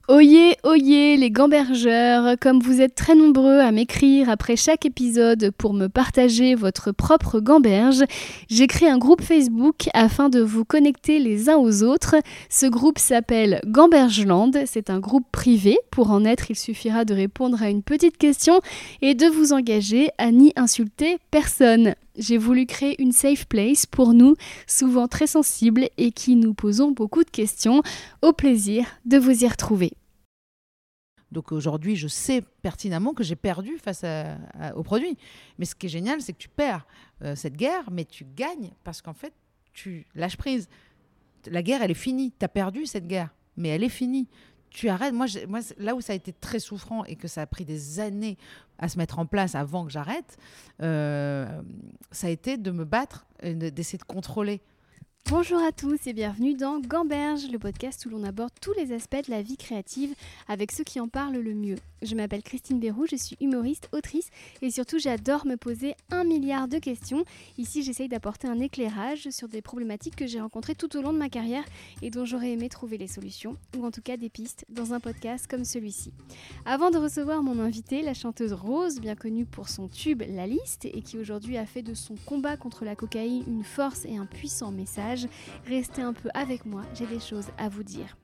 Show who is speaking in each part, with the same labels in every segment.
Speaker 1: Oyez, oyez les gambergeurs, comme vous êtes très nombreux à m'écrire après chaque épisode pour me partager votre propre gamberge, j'ai créé un groupe Facebook afin de vous connecter les uns aux autres. Ce groupe s'appelle Gambergeland, c'est un groupe privé. Pour en être, il suffira de répondre à une petite question et de vous engager à n'y insulter personne. J'ai voulu créer une safe place pour nous, souvent très sensibles et qui nous posons beaucoup de questions. Au plaisir de vous y retrouver.
Speaker 2: Donc aujourd'hui, je sais pertinemment que j'ai perdu face au produit. Mais ce qui est génial, c'est que tu perds cette guerre, mais tu gagnes parce qu'en fait, tu lâches prise. La guerre, elle est finie. Tu as perdu cette guerre, mais elle est finie. Tu arrêtes. Moi, là où ça a été très souffrant et que ça a pris des années à se mettre en place avant que j'arrête, ça a été de me battre, d'essayer de contrôler.
Speaker 1: Bonjour à tous et bienvenue dans Gamberge, le podcast où l'on aborde tous les aspects de la vie créative avec ceux qui en parlent le mieux. Je m'appelle Christine Béroux, je suis humoriste, autrice et surtout j'adore me poser 1 milliard de questions. Ici j'essaye d'apporter un éclairage sur des problématiques que j'ai rencontrées tout au long de ma carrière et dont j'aurais aimé trouver les solutions, ou en tout cas des pistes, dans un podcast comme celui-ci. Avant de recevoir mon invitée, la chanteuse Rose, bien connue pour son tube La Liste et qui aujourd'hui a fait de son combat contre la cocaïne une force et un puissant message, restez un peu avec moi, j'ai des choses à vous dire.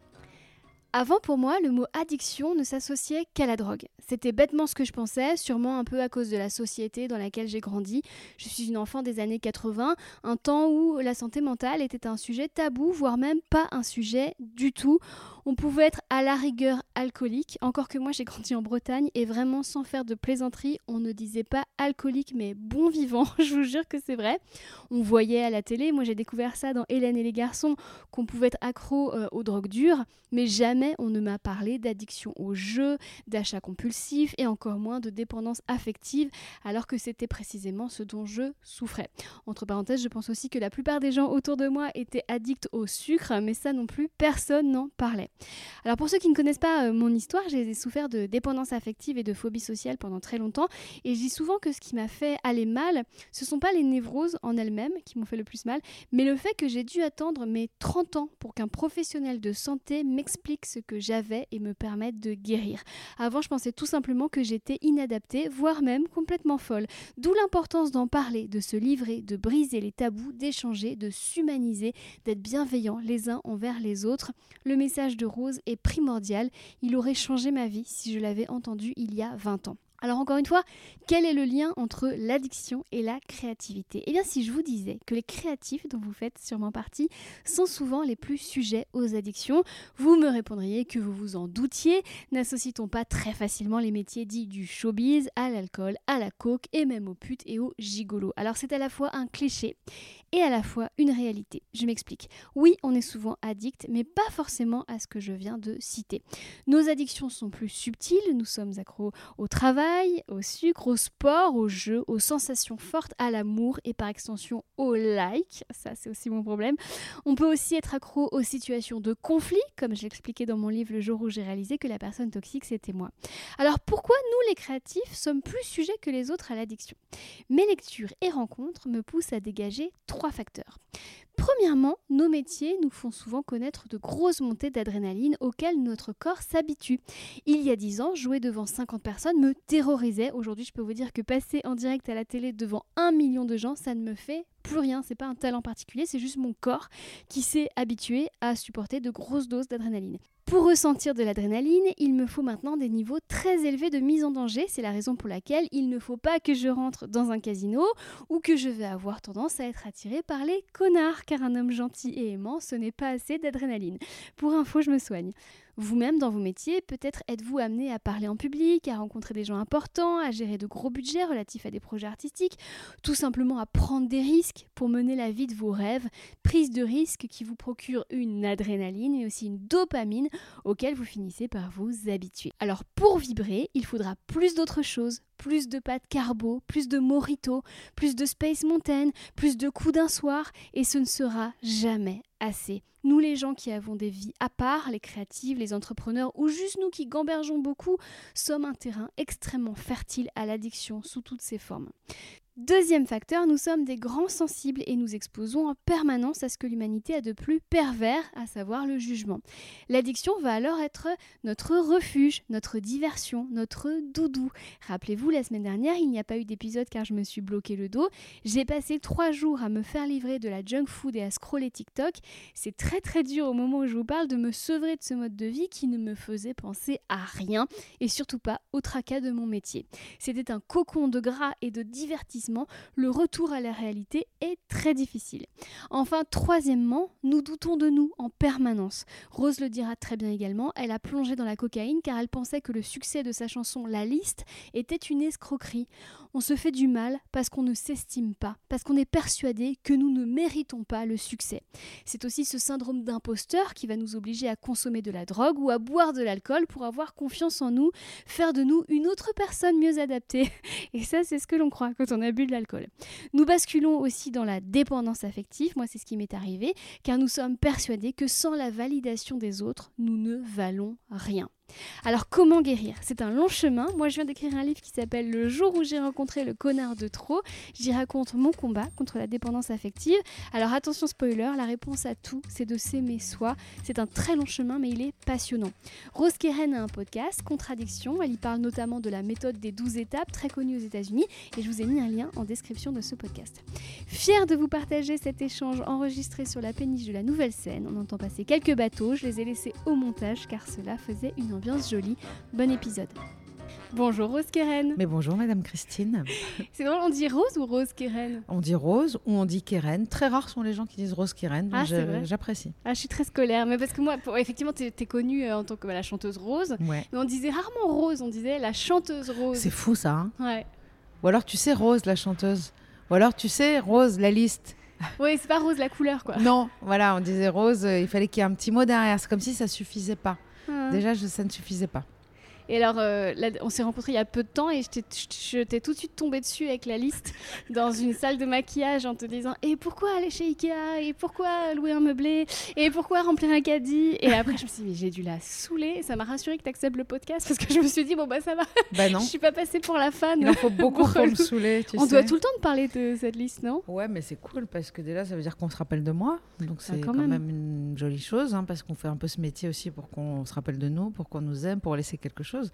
Speaker 1: Avant, pour moi, le mot addiction ne s'associait qu'à la drogue. C'était bêtement ce que je pensais, sûrement un peu à cause de la société dans laquelle j'ai grandi. Je suis une enfant des années 80, un temps où la santé mentale était un sujet tabou, voire même pas un sujet du tout. On pouvait être à la rigueur alcoolique, encore que moi j'ai grandi en Bretagne et vraiment sans faire de plaisanterie, on ne disait pas alcoolique mais bon vivant, je vous jure que c'est vrai. On voyait à la télé, moi j'ai découvert ça dans Hélène et les garçons, qu'on pouvait être accro aux drogues dures, mais jamais on ne m'a parlé d'addiction aux jeux, d'achat compulsif et encore moins de dépendance affective, alors que c'était précisément ce dont je souffrais. Entre parenthèses, je pense aussi que la plupart des gens autour de moi étaient addicts au sucre, mais ça non plus, personne n'en parlait. Alors pour ceux qui ne connaissent pas mon histoire, j'ai souffert de dépendance affective et de phobie sociale pendant très longtemps, et je dis souvent que ce qui m'a fait aller mal, ce ne sont pas les névroses en elles-mêmes qui m'ont fait le plus mal, mais le fait que j'ai dû attendre mes 30 ans pour qu'un professionnel de santé m'explique ce que j'avais et me permette de guérir. Avant, je pensais tout simplement que j'étais inadaptée, voire même complètement folle. D'où l'importance d'en parler, de se livrer, de briser les tabous, d'échanger, de s'humaniser, d'être bienveillants les uns envers les autres. Le message de Rose est primordial. Il aurait changé ma vie si je l'avais entendu il y a 20 ans. Alors encore une fois, quel est le lien entre l'addiction et la créativité ? Eh bien si je vous disais que les créatifs, dont vous faites sûrement partie, sont souvent les plus sujets aux addictions, vous me répondriez que vous vous en doutiez. N'associe-t-on pas très facilement les métiers dits du showbiz à l'alcool, à la coke et même aux putes et aux gigolos ? Alors c'est à la fois un cliché et à la fois une réalité. Je m'explique. Oui, on est souvent addict, mais pas forcément à ce que je viens de citer. Nos addictions sont plus subtiles, nous sommes accros au travail, au sucre, au sport, aux jeux, aux sensations fortes, à l'amour et par extension au like. Ça, c'est aussi mon problème. On peut aussi être accro aux situations de conflit, comme je l'expliquais dans mon livre le jour où j'ai réalisé que la personne toxique, c'était moi. Alors pourquoi nous, les créatifs, sommes plus sujets que les autres à l'addiction ? Mes lectures et rencontres me poussent à dégager 3 facteurs. Premièrement, nos métiers nous font souvent connaître de grosses montées d'adrénaline auxquelles notre corps s'habitue. Il y a 10 ans, jouer devant 50 personnes me terrorisait. Aujourd'hui, je peux vous dire que passer en direct à la télé devant 1 million de gens, ça ne me fait plus rien. C'est pas un talent particulier, c'est juste mon corps qui s'est habitué à supporter de grosses doses d'adrénaline. Pour ressentir de l'adrénaline, il me faut maintenant des niveaux très élevés de mise en danger. C'est la raison pour laquelle il ne faut pas que je rentre dans un casino ou que je vais avoir tendance à être attirée par les connards, car un homme gentil et aimant, ce n'est pas assez d'adrénaline. Pour info, je me soigne. Vous-même, dans vos métiers, peut-être êtes-vous amené à parler en public, à rencontrer des gens importants, à gérer de gros budgets relatifs à des projets artistiques, tout simplement à prendre des risques pour mener la vie de vos rêves, prise de risque qui vous procure une adrénaline et aussi une dopamine auquel vous finissez par vous habituer. Alors pour vibrer, il faudra plus d'autres choses, plus de pâtes carbo, plus de mojito, plus de Space Mountain, plus de coups d'un soir, et ce ne sera jamais assez. Nous les gens qui avons des vies à part, les créatifs, les entrepreneurs ou juste nous qui gambergeons beaucoup, sommes un terrain extrêmement fertile à l'addiction sous toutes ses formes. Deuxième facteur, nous sommes des grands sensibles et nous exposons en permanence à ce que l'humanité a de plus pervers, à savoir le jugement. L'addiction va alors être notre refuge, notre diversion, notre doudou. Rappelez-vous, la semaine dernière, il n'y a pas eu d'épisode car je me suis bloqué le dos. J'ai passé 3 jours à me faire livrer de la junk food et à scroller TikTok. C'est très très dur au moment où je vous parle de me sevrer de ce mode de vie qui ne me faisait penser à rien et surtout pas au tracas de mon métier. C'était un cocon de gras et de divertissement. Le retour à la réalité est très difficile. Enfin, troisièmement, nous doutons de nous en permanence. Rose le dira très bien également, elle a plongé dans la cocaïne car elle pensait que le succès de sa chanson La Liste était une escroquerie. On se fait du mal parce qu'on ne s'estime pas, parce qu'on est persuadé que nous ne méritons pas le succès. C'est aussi ce syndrome d'imposteur qui va nous obliger à consommer de la drogue ou à boire de l'alcool pour avoir confiance en nous, faire de nous une autre personne mieux adaptée. Et ça, c'est ce que l'on croit quand on a bu de l'alcool. Nous basculons aussi dans la dépendance affective, moi c'est ce qui m'est arrivé, car nous sommes persuadés que sans la validation des autres, nous ne valons rien. Alors comment guérir ? C'est un long chemin. Moi je viens d'écrire un livre qui s'appelle Le jour où j'ai rencontré le connard de trop. J'y raconte mon combat contre la dépendance affective. Alors attention spoiler, la réponse à tout c'est de s'aimer soi. C'est un très long chemin mais il est passionnant. Rose Keren a un podcast, Contradiction. Elle y parle notamment de la méthode des 12 étapes, très connue aux États-Unis, et je vous ai mis un lien en description de ce podcast. Fière de vous partager cet échange enregistré sur la péniche de la Nouvelle-Seine. On entend passer quelques bateaux, je les ai laissés au montage car cela faisait une ambiance jolie. Bon épisode. Bonjour Rose Keren.
Speaker 2: Mais bonjour Madame Christine.
Speaker 1: C'est drôle, on dit Rose ou Rose Keren ?
Speaker 2: On dit Rose ou on dit Keren. Très rares sont les gens qui disent Rose Keren, donc j'apprécie.
Speaker 1: Ah, je suis très scolaire, mais parce que moi, effectivement, t'es connue en tant que la chanteuse Rose,
Speaker 2: ouais.
Speaker 1: Mais on disait rarement Rose, on disait la chanteuse Rose.
Speaker 2: C'est fou ça, hein ?
Speaker 1: Ouais.
Speaker 2: Ou alors tu sais Rose la chanteuse, ou alors tu sais Rose la liste.
Speaker 1: Oui, c'est pas Rose la couleur quoi.
Speaker 2: Non, voilà, on disait Rose, il fallait qu'il y ait un petit mot derrière, c'est comme si ça suffisait pas. Déjà, ça ne suffisait pas.
Speaker 1: Et alors, là, on s'est rencontrés il y a peu de temps et je t'ai tout de suite tombée dessus avec la liste dans une salle de maquillage en te disant « Et pourquoi aller chez Ikea ? Et pourquoi louer un meublé ? Et pourquoi remplir un caddie ?» Et après, je me suis dit « Mais j'ai dû la saouler. » Et ça m'a rassurée que tu acceptes le podcast parce que je me suis dit « Bon, bah ça va.
Speaker 2: Bah non.
Speaker 1: Je suis pas passée pour la fan. »
Speaker 2: Il en faut beaucoup pour me saouler, tu sais.
Speaker 1: On doit tout le temps te parler de cette liste, non ?
Speaker 2: Ouais, mais c'est cool parce que déjà, ça veut dire qu'on se rappelle de moi. Donc c'est quand même une jolie chose hein, parce qu'on fait un peu ce métier aussi pour qu'on se rappelle de nous, pour qu'on nous aime, pour laisser quelque chose.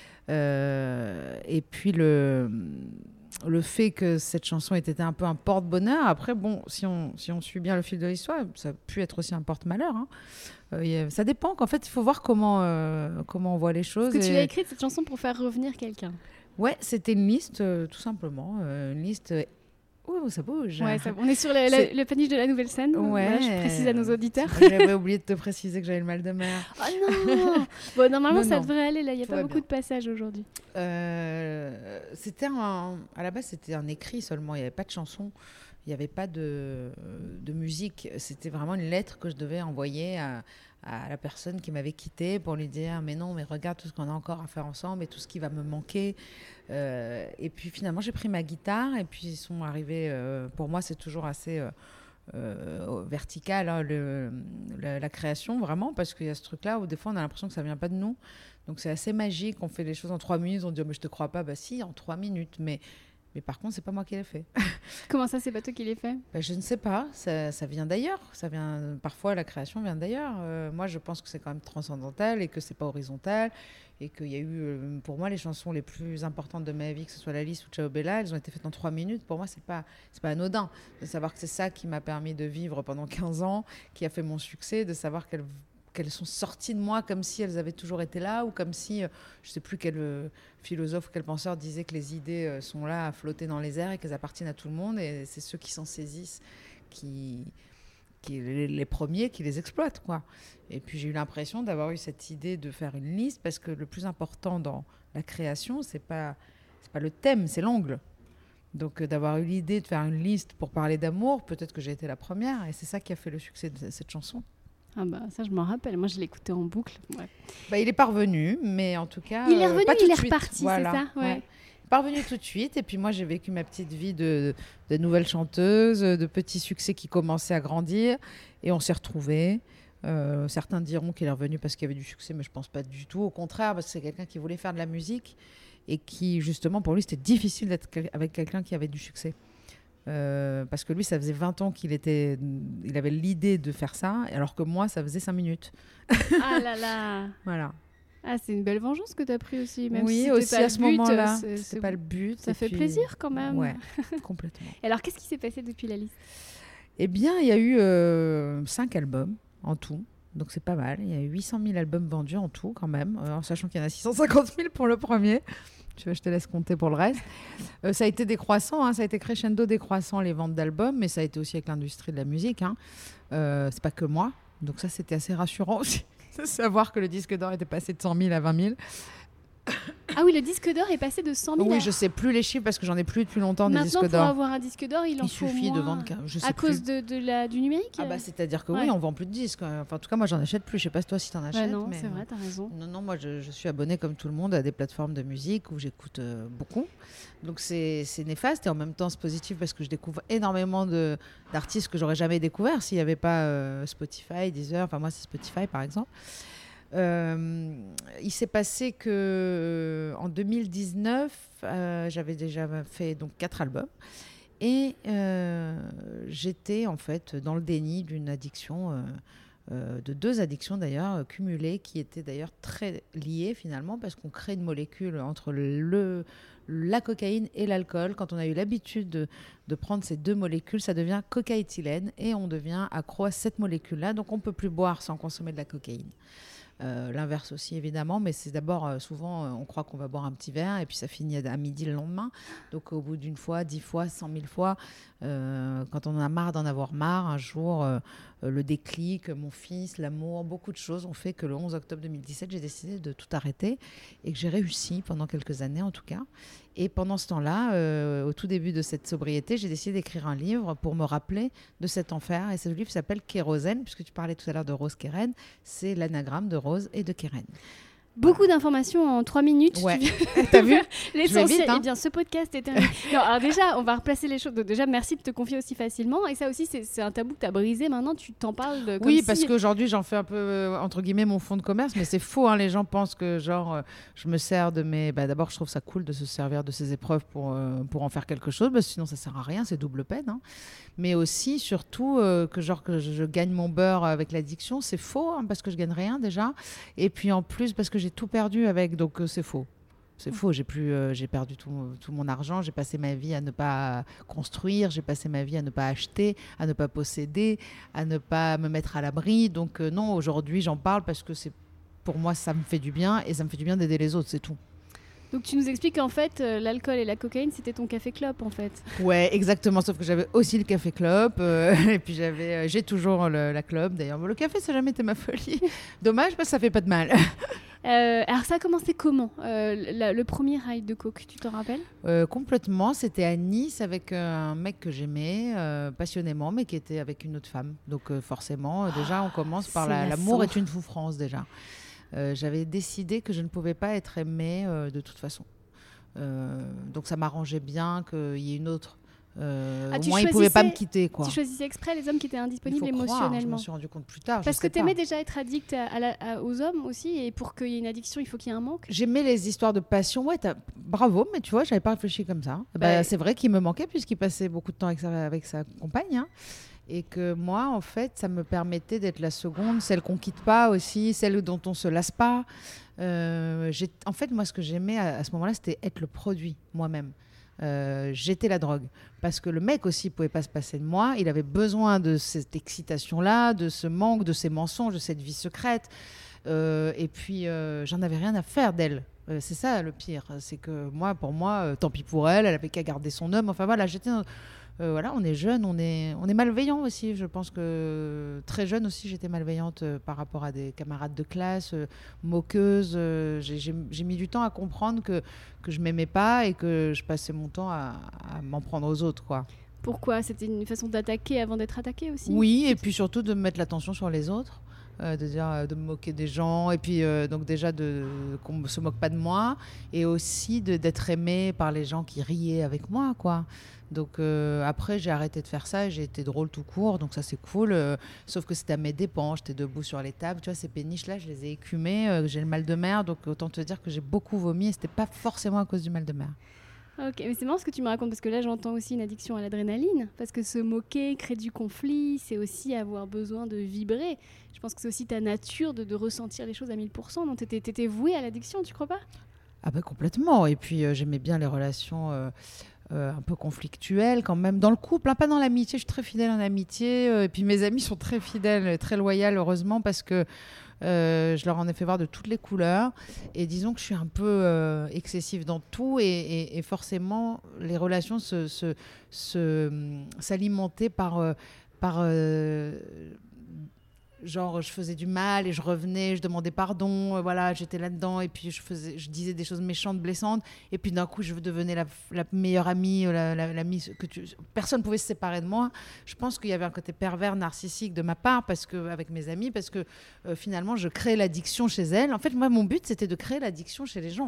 Speaker 2: Et puis le fait que cette chanson ait été un peu un porte-bonheur, après bon, si on suit bien le fil de l'histoire, ça a pu être aussi un porte-malheur hein. Ça dépend qu'en fait il faut voir comment on voit les choses.
Speaker 1: Est-ce que tu as écrit cette chanson pour faire revenir quelqu'un ?
Speaker 2: Ouais, c'était une liste tout simplement, une liste. Oh, ça bouge.
Speaker 1: Ouais, on est sur le péniche de la Nouvelle-Seine.
Speaker 2: Ouais.
Speaker 1: Voilà, je précise à nos auditeurs.
Speaker 2: J'avais oublié de te préciser que j'avais le mal de mer.
Speaker 1: Oh non. Bon, normalement, ça devrait aller. Là, il n'y a pas beaucoup de passages aujourd'hui.
Speaker 2: C'était à la base, c'était un écrit seulement. Il n'y avait pas de chanson. Il n'y avait pas de musique. C'était vraiment une lettre que je devais envoyer à la personne qui m'avait quittée pour lui dire mais non, mais regarde tout ce qu'on a encore à faire ensemble et tout ce qui va me manquer. Et puis finalement, j'ai pris ma guitare et puis ils sont arrivés. Pour moi, c'est toujours assez vertical hein, la création, vraiment, parce qu'il y a ce truc-là où des fois, on a l'impression que ça ne vient pas de nous. Donc c'est assez magique. On fait les choses en 3 minutes. On dit oh, mais je te crois pas. Bah si, en 3 minutes. Mais par contre, c'est pas moi qui l'ai fait.
Speaker 1: Comment ça, c'est pas toi qui l'ai fait ?
Speaker 2: Je ne sais pas. Ça vient d'ailleurs. Parfois, la création vient d'ailleurs. Moi, je pense que c'est quand même transcendantal et que c'est pas horizontal. Et qu'il y a eu, pour moi, les chansons les plus importantes de ma vie, que ce soit La Liste ou Ciao Bella, elles ont été faites en 3 minutes. Pour moi, c'est pas anodin. De savoir que c'est ça qui m'a permis de vivre pendant 15 ans, qui a fait mon succès, de savoir qu'elles sont sorties de moi comme si elles avaient toujours été là ou comme si, je ne sais plus quel philosophe ou quel penseur disait que les idées sont là à flotter dans les airs et qu'elles appartiennent à tout le monde et c'est ceux qui s'en saisissent qui les premiers qui les exploitent, quoi. Et puis j'ai eu l'impression d'avoir eu cette idée de faire une liste parce que le plus important dans la création, c'est pas le thème, c'est l'angle. Donc d'avoir eu l'idée de faire une liste pour parler d'amour, peut-être que j'ai été la première et c'est ça qui a fait le succès de cette chanson.
Speaker 1: Ah bah ça je m'en rappelle, moi je l'écoutais en boucle. Ouais.
Speaker 2: Bah, il est parvenu, mais en tout cas
Speaker 1: il est revenu,
Speaker 2: pas tout
Speaker 1: il est
Speaker 2: de suite.
Speaker 1: reparti, voilà. C'est ça ouais.
Speaker 2: Parvenu tout de suite et puis moi j'ai vécu ma petite vie de nouvelle chanteuse, de petits succès qui commençaient à grandir et on s'est retrouvés. Certains diront qu'il est revenu parce qu'il y avait du succès, mais je pense pas du tout. Au contraire, parce que c'est quelqu'un qui voulait faire de la musique et qui, justement, pour lui, c'était difficile d'être avec quelqu'un qui avait du succès. Parce que lui, ça faisait 20 ans il avait l'idée de faire ça, alors que moi, ça faisait 5 minutes.
Speaker 1: Ah là là.
Speaker 2: Voilà.
Speaker 1: Ah, c'est une belle vengeance que tu as pris aussi. Même
Speaker 2: oui,
Speaker 1: si
Speaker 2: aussi
Speaker 1: pas
Speaker 2: à ce moment-là, c'est pas le but.
Speaker 1: Ça fait plaisir quand même.
Speaker 2: Ouais, complètement.
Speaker 1: Et alors, qu'est-ce qui s'est passé depuis la liste?
Speaker 2: Eh bien, il y a eu 5 albums en tout. Donc c'est pas mal. Il y a eu 800 000 albums vendus en tout quand même, en sachant qu'il y en a 650 000 pour le premier. Je te laisse compter pour le reste. Ça a été décroissant, ça a été crescendo décroissant les ventes d'albums, mais ça a été aussi avec l'industrie de la musique. C'est pas que moi. Donc ça, c'était assez rassurant aussi, de savoir que le disque d'or était passé de 100 000 à 20 000.
Speaker 1: Ah oui, le disque d'or est passé de 100 000
Speaker 2: Oui, je sais plus les chiffres parce que j'en ai plus depuis longtemps des disques d'or.
Speaker 1: Maintenant, pour avoir un disque d'or, il
Speaker 2: suffit
Speaker 1: faut
Speaker 2: de vendre
Speaker 1: à cause du numérique.
Speaker 2: Ah bah c'est-à-dire que oui, on vend plus de disques. Enfin, en tout cas, moi, j'en achète plus. Je sais pas si toi, si t'en achètes.
Speaker 1: Non,
Speaker 2: mais
Speaker 1: c'est vrai, t'as raison.
Speaker 2: Non, moi, je suis abonnée comme tout le monde à des plateformes de musique où j'écoute beaucoup. Donc c'est néfaste et en même temps c'est positif parce que je découvre énormément d'artistes que j'aurais jamais découvert s'il n'y avait pas Spotify, Deezer. Enfin moi, c'est Spotify par exemple. Il s'est passé que en 2019, j'avais déjà fait donc 4 albums et j'étais en fait dans le déni d'une addiction, de 2 addictions d'ailleurs cumulées qui étaient d'ailleurs très liées finalement parce qu'on crée une molécule entre la cocaïne et l'alcool. Quand on a eu l'habitude de prendre ces 2 molécules, ça devient cocaéthylène et on devient accro à cette molécule-là. Donc on ne peut plus boire sans consommer de la cocaïne. L'inverse aussi évidemment, mais c'est d'abord souvent on croit qu'on va boire un petit verre et puis ça finit à midi le lendemain, donc au bout d'une fois, 10 fois, 100 000 fois, quand on en a marre d'en avoir marre, un jour le déclic, mon fils, l'amour, beaucoup de choses ont fait que le 11 octobre 2017 j'ai décidé de tout arrêter et que j'ai réussi pendant quelques années en tout cas. Et pendant ce temps-là, au tout début de cette sobriété, j'ai décidé d'écrire un livre pour me rappeler de cet enfer. Et ce livre s'appelle Kérosène, puisque tu parlais tout à l'heure de Rose Keren. C'est l'anagramme de Rose et de Keren.
Speaker 1: Beaucoup d'informations en 3 minutes.
Speaker 2: Ouais, t'as vu?
Speaker 1: L'essentiel. Eh bien, ce podcast est terminé. Non, alors déjà, on va replacer les choses. Donc déjà, merci de te confier aussi facilement. Et ça aussi, c'est un tabou que tu as brisé. Maintenant, tu t'en parles comme
Speaker 2: oui, parce qu'aujourd'hui, j'en fais un peu, entre guillemets, mon fonds de commerce. Mais c'est faux. Les gens pensent que, je me sers de mes... d'abord, je trouve ça cool de se servir de ces épreuves pour en faire quelque chose. Sinon, ça sert à rien. C'est double peine. Mais aussi, surtout, que je gagne mon beurre avec l'addiction. C'est faux, parce que je gagne rien déjà. Et puis, en plus, parce que j'ai tout perdu avec, donc c'est faux. C'est faux, j'ai perdu tout mon argent, j'ai passé ma vie à ne pas construire, j'ai passé ma vie à ne pas acheter, à ne pas posséder, à ne pas me mettre à l'abri. Donc non, aujourd'hui j'en parle parce que pour moi ça me fait du bien et ça me fait du bien d'aider les autres, c'est tout.
Speaker 1: Donc tu nous expliques qu'en fait l'alcool et la cocaïne c'était ton café clope en fait.
Speaker 2: Ouais, exactement, sauf que j'avais aussi le café clope et puis j'ai toujours la clope d'ailleurs. Le café ça n'a jamais été ma folie. Dommage parce que ça fait pas de mal.
Speaker 1: Alors ça a commencé comment le premier ride de coke, tu t'en rappelles?
Speaker 2: Complètement, c'était à Nice avec un mec que j'aimais passionnément mais qui était avec une autre femme. Donc forcément déjà on commence par l'amour est une souffrance déjà. J'avais décidé que je ne pouvais pas être aimée de toute façon. Donc ça m'arrangeait bien qu'il y ait une autre. Au moins, il ne pouvait pas me quitter. Quoi.
Speaker 1: Tu choisissais exprès les hommes qui étaient indisponibles émotionnellement.
Speaker 2: Croire, je m'en suis rendu compte plus tard.
Speaker 1: Parce que tu aimais déjà être addict aux hommes aussi, et pour qu'il y ait une addiction, il faut qu'il y ait un manque.
Speaker 2: J'aimais les histoires de passion. Ouais, bravo, mais tu vois, je n'avais pas réfléchi comme ça. C'est vrai qu'il me manquait puisqu'il passait beaucoup de temps avec sa compagne. Et que moi, en fait, ça me permettait d'être la seconde, celle qu'on quitte pas aussi, celle dont on se lasse pas. En fait, moi, ce que j'aimais à ce moment-là, c'était être le produit moi-même. J'étais la drogue. Parce que le mec aussi pouvait pas se passer de moi. Il avait besoin de cette excitation-là, de ce manque, de ces mensonges, de cette vie secrète. Et puis, j'en avais rien à faire d'elle. C'est ça le pire. C'est que pour moi, tant pis pour elle, elle avait qu'à garder son homme. Enfin voilà, voilà, on est jeune, on est malveillant aussi. Je pense que très jeune aussi, j'étais malveillante par rapport à des camarades de classe, moqueuse. J'ai mis du temps à comprendre que je m'aimais pas et que je passais mon temps à m'en prendre aux autres, quoi.
Speaker 1: Pourquoi? C'était une façon d'attaquer avant d'être attaqué aussi?
Speaker 2: Oui, et puis surtout de mettre l'attention sur les autres. de dire, de me moquer des gens, et puis donc déjà qu'on ne se moque pas de moi, et aussi d'être aimée par les gens qui riaient avec moi, quoi. Donc après, j'ai arrêté de faire ça et j'ai été drôle tout court, donc ça c'est cool. Sauf que c'était à mes dépens, j'étais debout sur les tables, tu vois, ces péniches-là, je les ai écumées, j'ai le mal de mer, donc autant te dire que j'ai beaucoup vomi et c'était pas forcément à cause du mal de mer.
Speaker 1: Ok, mais c'est marrant ce que tu me racontes parce que là j'entends aussi une addiction à l'adrénaline, parce que se moquer, créer du conflit, c'est aussi avoir besoin de vibrer. Je pense que c'est aussi ta nature de ressentir les choses à 1000%. Donc t'étais vouée à l'addiction, tu crois pas?
Speaker 2: Ah bah complètement, et puis j'aimais bien les relations un peu conflictuelles quand même, dans le couple, hein, pas dans l'amitié, je suis très fidèle en amitié, et puis mes amis sont très fidèles, très loyales, heureusement, parce que je leur en ai fait voir de toutes les couleurs. Et disons que je suis un peu excessive dans tout. Et forcément, les relations s'alimentaient par genre, je faisais du mal et je revenais, je demandais pardon, voilà, j'étais là-dedans et puis je disais des choses méchantes, blessantes. Et puis d'un coup, je devenais la meilleure amie, l'amie personne ne pouvait se séparer de moi. Je pense qu'il y avait un côté pervers, narcissique de ma part avec mes amis, parce que finalement, je créais l'addiction chez elles. En fait, moi, mon but, c'était de créer l'addiction chez les gens.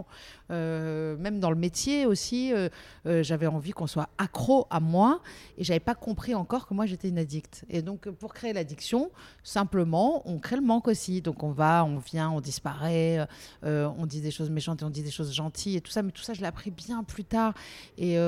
Speaker 2: Même dans le métier aussi, j'avais envie qu'on soit accro à moi et je n'avais pas compris encore que moi, j'étais une addicte. Et donc, pour créer l'addiction, simplement, on crée le manque aussi. Donc on vient, on disparaît, on dit des choses méchantes et on dit des choses gentilles et tout ça. Mais tout ça, je l'ai appris bien plus tard. Et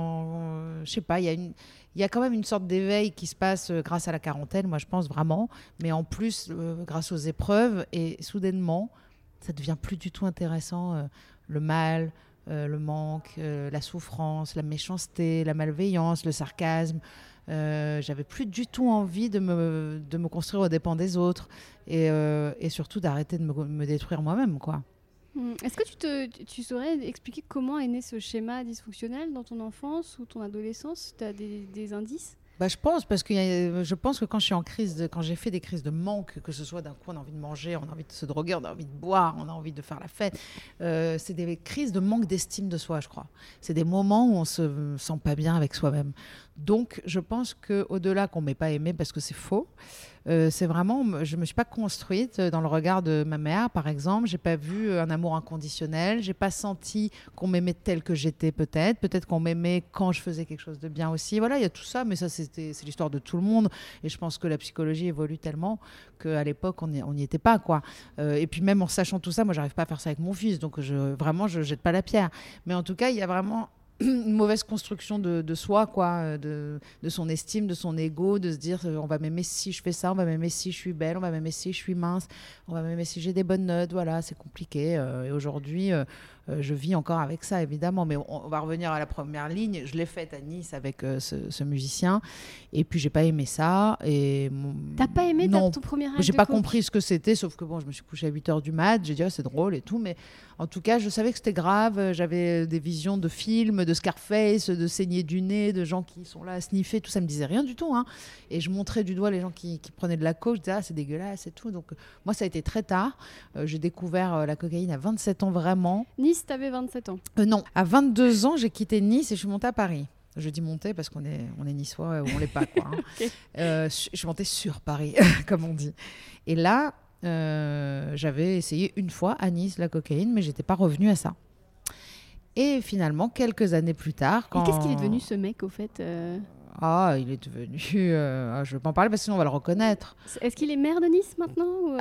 Speaker 2: je sais pas, il y a quand même une sorte d'éveil qui se passe grâce à la quarantaine, moi je pense vraiment. Mais en plus, grâce aux épreuves, et soudainement, ça devient plus du tout intéressant. Le mal, le manque, la souffrance, la méchanceté, la malveillance, le sarcasme. J'avais plus du tout envie de me construire aux dépens des autres et surtout d'arrêter de me détruire moi-même, quoi.
Speaker 1: Est-ce que tu saurais expliquer comment est né ce schéma dysfonctionnel dans ton enfance ou ton adolescence? Tu as des indices?
Speaker 2: Bah, je pense que quand je suis en crise, quand j'ai fait des crises de manque, que ce soit d'un coup on a envie de manger, on a envie de se droguer, on a envie de boire, on a envie de faire la fête, c'est des crises de manque d'estime de soi, je crois. C'est des moments où on se sent pas bien avec soi-même. Donc je pense qu'au-delà qu'on m'ait pas aimé, parce que c'est faux, c'est vraiment, je me suis pas construite dans le regard de ma mère, par exemple. J'ai pas vu un amour inconditionnel. J'ai pas senti qu'on m'aimait telle que j'étais, peut-être qu'on m'aimait quand je faisais quelque chose de bien aussi. Voilà, il y a tout ça, mais ça c'est l'histoire de tout le monde. Et je pense que la psychologie évolue tellement qu'à l'époque on n'y était pas, quoi. Et puis même en sachant tout ça, moi j'arrive pas à faire ça avec mon fils, donc vraiment je jette pas la pierre. Mais en tout cas, il y a vraiment une mauvaise construction de soi, quoi, de son estime, de son ego, de se dire on va m'aimer si je fais ça, on va m'aimer si je suis belle, on va m'aimer si je suis mince, on va m'aimer si j'ai des bonnes notes, voilà, c'est compliqué. Et aujourd'hui, je vis encore avec ça, évidemment, mais on va revenir à la première ligne. Je l'ai faite à Nice avec ce musicien, et puis j'ai pas aimé ça.
Speaker 1: T'as pas aimé
Speaker 2: ton
Speaker 1: premier acte?
Speaker 2: J'ai pas compris ce que c'était, sauf que bon, je me suis couchée à 8h du mat', j'ai dit c'est drôle et tout, mais en tout cas, je savais que c'était grave. J'avais des visions de films, de Scarface, de saigner du nez, de gens qui sont là à sniffer, tout ça me disait rien du tout, hein. Et je montrais du doigt les gens qui prenaient de la coke, je disais c'est dégueulasse et tout. Donc moi, ça a été très tard. J'ai découvert la cocaïne à 27 ans, vraiment.
Speaker 1: Nice, t'avais 27 ans?
Speaker 2: Non, à 22 ans, j'ai quitté Nice et je suis montée à Paris. Je dis monter parce qu'on est niçois ou on l'est pas, quoi, hein. Okay. Je suis montée sur Paris, comme on dit. Et là, j'avais essayé une fois à Nice la cocaïne, mais j'étais pas revenue à ça. Et finalement, quelques années plus tard,
Speaker 1: Et qu'est-ce qu'il est devenu, ce mec, au fait
Speaker 2: il est devenu... je ne vais pas en parler parce que sinon on va le reconnaître.
Speaker 1: Est-ce qu'il est maire de Nice maintenant ou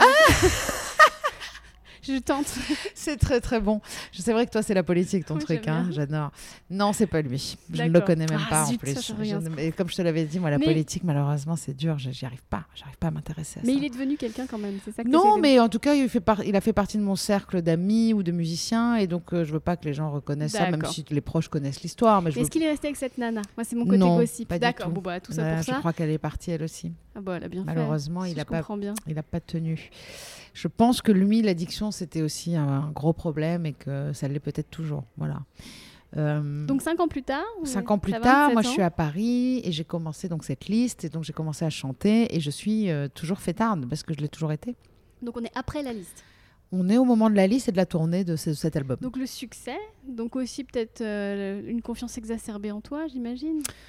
Speaker 1: Je tente.
Speaker 2: C'est très très bon. C'est vrai que toi c'est la politique ton truc, hein. J'adore. Non, c'est pas lui. Je ne le connais même pas en plus. Et comme je te l'avais dit, moi la politique malheureusement c'est dur. J'y arrive pas. J'arrive pas à m'intéresser à ça.
Speaker 1: Mais il est devenu quelqu'un quand même. C'est ça que
Speaker 2: non, mais en tout cas il a fait partie de mon cercle d'amis ou de musiciens et donc je veux pas que les gens reconnaissent ça, même si les proches connaissent l'histoire. Mais
Speaker 1: est-ce qu'il est resté avec cette nana? Moi c'est mon côté gossip. D'accord. Bon bah tout ça pour ça.
Speaker 2: Je crois qu'elle est partie elle aussi.
Speaker 1: Ah bah elle a bien fait.
Speaker 2: Malheureusement il a pas tenu. Je pense que lui, l'addiction, c'était aussi un gros problème et que ça l'est peut-être toujours. Voilà.
Speaker 1: Donc 5 ans plus tard
Speaker 2: 5 ans plus tard, moi je suis à Paris et j'ai commencé donc cette liste et donc j'ai commencé à chanter et je suis toujours fêtarde parce que je l'ai toujours été.
Speaker 1: Donc on est après la liste.
Speaker 2: On est au moment de la liste et de la tournée de cet album.
Speaker 1: Donc le succès, donc aussi peut-être une confiance exacerbée en toi, j'imagine.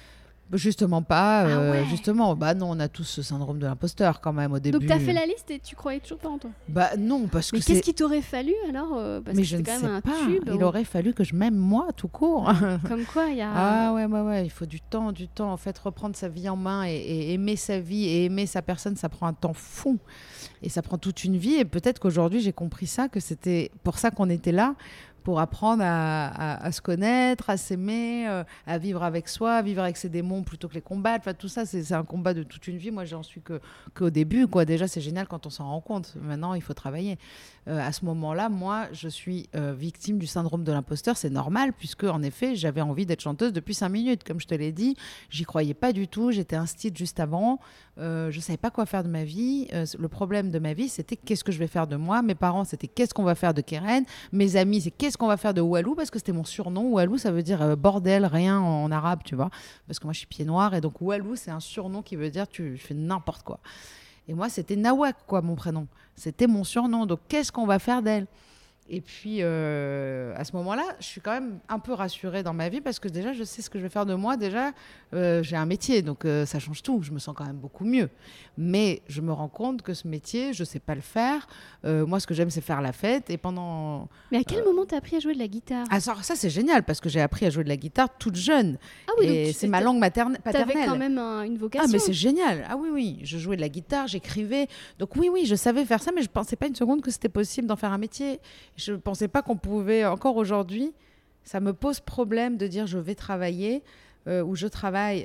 Speaker 2: Justement pas.
Speaker 1: Ouais.
Speaker 2: Justement, bah non, on a tous ce syndrome de l'imposteur quand même au début.
Speaker 1: Donc, tu as fait la liste et tu croyais toujours pas en toi.
Speaker 2: Bah non, parce que
Speaker 1: Mais qu'est-ce qu'il t'aurait fallu alors parce
Speaker 2: Mais
Speaker 1: que
Speaker 2: je ne
Speaker 1: c'est quand
Speaker 2: sais
Speaker 1: même un
Speaker 2: pas.
Speaker 1: tube.
Speaker 2: Il aurait fallu que je m'aime moi, tout court.
Speaker 1: Comme quoi, il y a...
Speaker 2: Ah ouais. Il faut du temps. En fait, reprendre sa vie en main et aimer sa vie et aimer sa personne, ça prend un temps fou. Et ça prend toute une vie. Et peut-être qu'aujourd'hui, j'ai compris ça, que c'était pour ça qu'on était là, pour apprendre à se connaître, à s'aimer, à vivre avec soi, à vivre avec ses démons plutôt que les combattre. Enfin, tout ça, c'est un combat de toute une vie. Moi, j'en suis qu'au début, quoi. Déjà, c'est génial quand on s'en rend compte. Maintenant, il faut travailler. À ce moment-là, moi, je suis victime du syndrome de l'imposteur. C'est normal, puisque, en effet, j'avais envie d'être chanteuse depuis 5 minutes. Comme je te l'ai dit, j'y croyais pas du tout. J'étais instite juste avant. Je savais pas quoi faire de ma vie. Le problème de ma vie, c'était qu'est-ce que je vais faire de moi. Mes parents, c'était qu'est-ce qu'on va faire de Keren. Mes amis, c'est qu'est-ce qu'on va faire de Walou, parce que c'était mon surnom. Walou, ça veut dire bordel, rien en arabe, tu vois. Parce que moi, je suis pied noir. Et donc, Walou, c'est un surnom qui veut dire tu fais n'importe quoi. Et moi, c'était Nawak, quoi, mon prénom. C'était mon surnom. Donc, qu'est-ce qu'on va faire d'elle ? Et puis, à ce moment-là, je suis quand même un peu rassurée dans ma vie parce que déjà, je sais ce que je vais faire de moi. Déjà, j'ai un métier, donc ça change tout. Je me sens quand même beaucoup mieux. Mais je me rends compte que ce métier, je ne sais pas le faire. Moi, ce que j'aime, c'est faire la fête. Et pendant...
Speaker 1: Mais à quel moment tu as appris à jouer de la guitare ?
Speaker 2: Ah, ça, c'est génial parce que j'ai appris à jouer de la guitare toute jeune.
Speaker 1: Ah oui,
Speaker 2: et
Speaker 1: donc
Speaker 2: c'est ma langue paternelle.
Speaker 1: Tu avais quand même une vocation.
Speaker 2: Ah, mais c'est génial. Ah oui. Je jouais de la guitare, j'écrivais. Donc oui, je savais faire ça, mais je ne pensais pas une seconde que c'était possible d'en faire un métier. Je ne pensais pas qu'on pouvait, encore aujourd'hui, ça me pose problème de dire je vais travailler ou je travaille.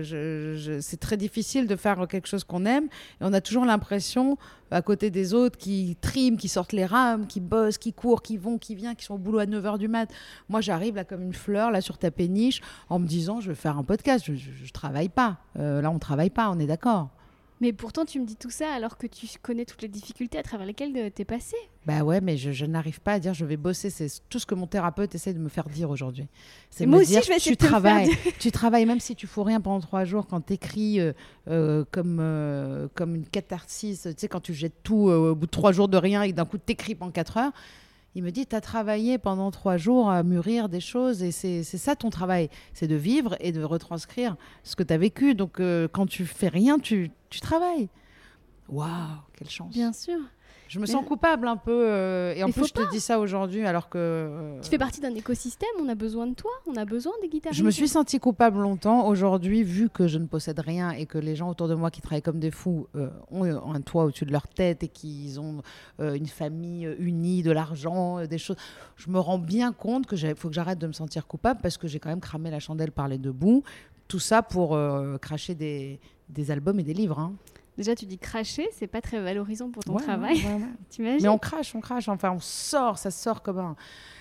Speaker 2: C'est très difficile de faire quelque chose qu'on aime. Et on a toujours l'impression, à côté des autres, qui triment, qui sortent les rames, qui bossent, qui courent, qui vont, qui viennent, qui sont au boulot à 9h du mat. Moi, j'arrive là comme une fleur, là sur ta péniche, en me disant je vais faire un podcast. Je ne travaille pas. Là, on ne travaille pas, on est d'accord.
Speaker 1: Mais pourtant, tu me dis tout ça alors que tu connais toutes les difficultés à travers lesquelles tu es passée.
Speaker 2: Bah ouais, mais je n'arrive pas à dire je vais bosser. C'est tout ce que mon thérapeute essaie de me faire dire aujourd'hui. C'est
Speaker 1: moi
Speaker 2: me
Speaker 1: aussi,
Speaker 2: dire,
Speaker 1: je vais essayer
Speaker 2: tu
Speaker 1: de te le faire
Speaker 2: travailles,
Speaker 1: dire.
Speaker 2: tu travailles même si tu fous rien pendant 3 jours, quand tu écris comme une catharsis, tu sais, quand tu jettes tout au bout de 3 jours de rien et d'un coup tu écris pendant 4 heures. Il me dit, tu as travaillé pendant 3 jours à mûrir des choses et c'est ça ton travail. C'est de vivre et de retranscrire ce que tu as vécu. Donc quand tu fais rien, tu travailles. Waouh, quelle chance.
Speaker 1: Bien sûr.
Speaker 2: Je me sens coupable un peu. Et en plus, je te dis ça aujourd'hui alors que...
Speaker 1: Tu fais partie d'un écosystème, on a besoin de toi, on a besoin des guitaristes.
Speaker 2: Je me suis sentie coupable longtemps. Aujourd'hui, vu que je ne possède rien et que les gens autour de moi qui travaillent comme des fous ont un toit au-dessus de leur tête et qu'ils ont une famille unie, de l'argent, des choses, je me rends bien compte qu'il faut que j'arrête de me sentir coupable parce que j'ai quand même cramé la chandelle par les deux bouts. Tout ça pour cracher des albums et des livres, hein.
Speaker 1: Déjà, tu dis cracher, c'est pas très valorisant pour ton
Speaker 2: Ouais,
Speaker 1: travail.
Speaker 2: ouais.
Speaker 1: T'imagines ?
Speaker 2: Mais on crache. Enfin, on sort, ça sort comme un...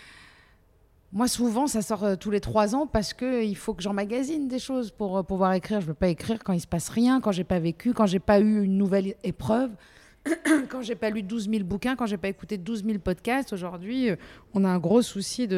Speaker 2: Moi, souvent, ça sort tous les 3 ans parce qu'il faut que j'emmagasine des choses pour pouvoir écrire. Je ne veux pas écrire quand il ne se passe rien, quand je n'ai pas vécu, quand je n'ai pas eu une nouvelle épreuve, quand je n'ai pas lu 12 000 bouquins, quand je n'ai pas écouté 12 000 podcasts. Aujourd'hui, on a un gros souci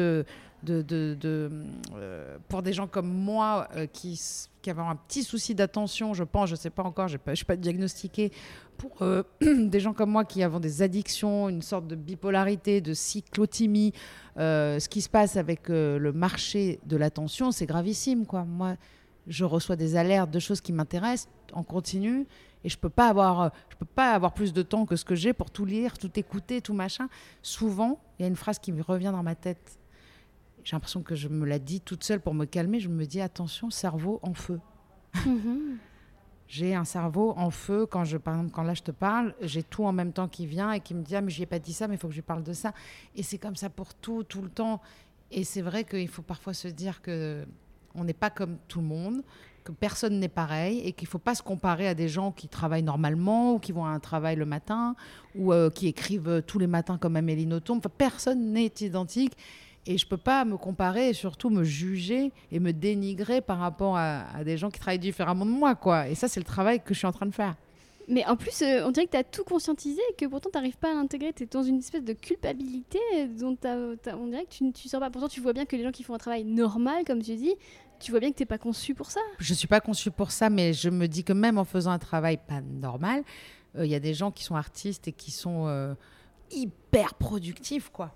Speaker 2: pour des gens comme moi qui avaient un petit souci d'attention, je pense, je ne sais pas encore, je ne suis pas diagnostiquée, pour des gens comme moi qui avons des addictions, une sorte de bipolarité, de cyclothymie. Ce qui se passe avec le marché de l'attention, c'est gravissime, quoi. Moi, je reçois des alertes de choses qui m'intéressent en continu et je peux pas avoir plus de temps que ce que j'ai pour tout lire, tout écouter, tout machin. Souvent, il y a une phrase qui me revient dans ma tête. J'ai l'impression que je me la dis toute seule pour me calmer. Je me dis attention, cerveau en feu. J'ai un cerveau en feu par exemple, quand là je te parle, j'ai tout en même temps qui vient et qui me dit ah mais je lui ai pas dit ça, mais il faut que je lui parle de ça. Et c'est comme ça pour tout le temps. Et c'est vrai qu'il faut parfois se dire que on n'est pas comme tout le monde, que personne n'est pareil et qu'il ne faut pas se comparer à des gens qui travaillent normalement ou qui vont à un travail le matin ou qui écrivent tous les matins comme Amélie Nothomb. Enfin, personne n'est identique. Et je ne peux pas me comparer et surtout me juger et me dénigrer par rapport à des gens qui travaillent différemment de moi, quoi. Et ça, c'est le travail que je suis en train de faire.
Speaker 1: Mais en plus, on dirait que tu as tout conscientisé et que pourtant, tu n'arrives pas à l'intégrer. Tu es dans une espèce de culpabilité dont on dirait que tu ne sors pas. Pourtant, tu vois bien que les gens qui font un travail normal, comme tu dis, tu vois bien que tu n'es pas conçu pour ça.
Speaker 2: Je ne suis pas conçue pour ça, mais je me dis que même en faisant un travail pas normal, y a des gens qui sont artistes et qui sont hyper productifs, quoi.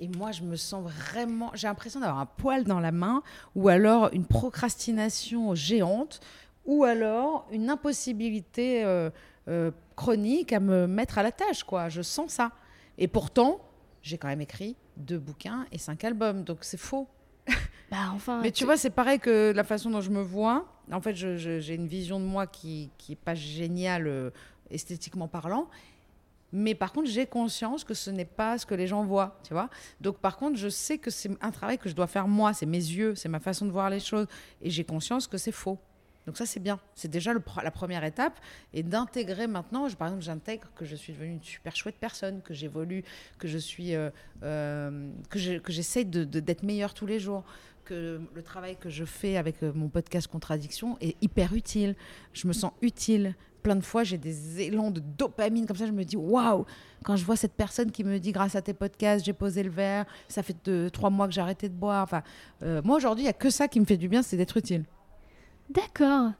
Speaker 2: Et moi, je me sens vraiment... J'ai l'impression d'avoir un poil dans la main, ou alors une procrastination géante, ou alors une impossibilité chronique à me mettre à la tâche, quoi. Je sens ça. Et pourtant, j'ai quand même écrit 2 bouquins et 5 albums, donc c'est faux. Mais tu vois, c'est pareil que la façon dont je me vois. En fait, j'ai une vision de moi qui est pas géniale esthétiquement parlant. Mais par contre, j'ai conscience que ce n'est pas ce que les gens voient, tu vois. Donc, par contre, je sais que c'est un travail que je dois faire moi. C'est mes yeux, c'est ma façon de voir les choses. Et j'ai conscience que c'est faux. Donc ça, c'est bien. C'est déjà la première étape. Et d'intégrer maintenant, par exemple, j'intègre que je suis devenue une super chouette personne, que j'évolue, que je suis, que j'essaye d'être meilleure tous les jours, que le travail que je fais avec mon podcast Contradiction est hyper utile. Je me sens utile. Plein de fois, j'ai des élans de dopamine comme ça. Je me dis, waouh, quand je vois cette personne qui me dit, grâce à tes podcasts, j'ai posé le verre, ça fait 3 mois que j'ai arrêté de boire. Enfin, moi, aujourd'hui, il n'y a que ça qui me fait du bien, c'est d'être utile.
Speaker 1: D'accord.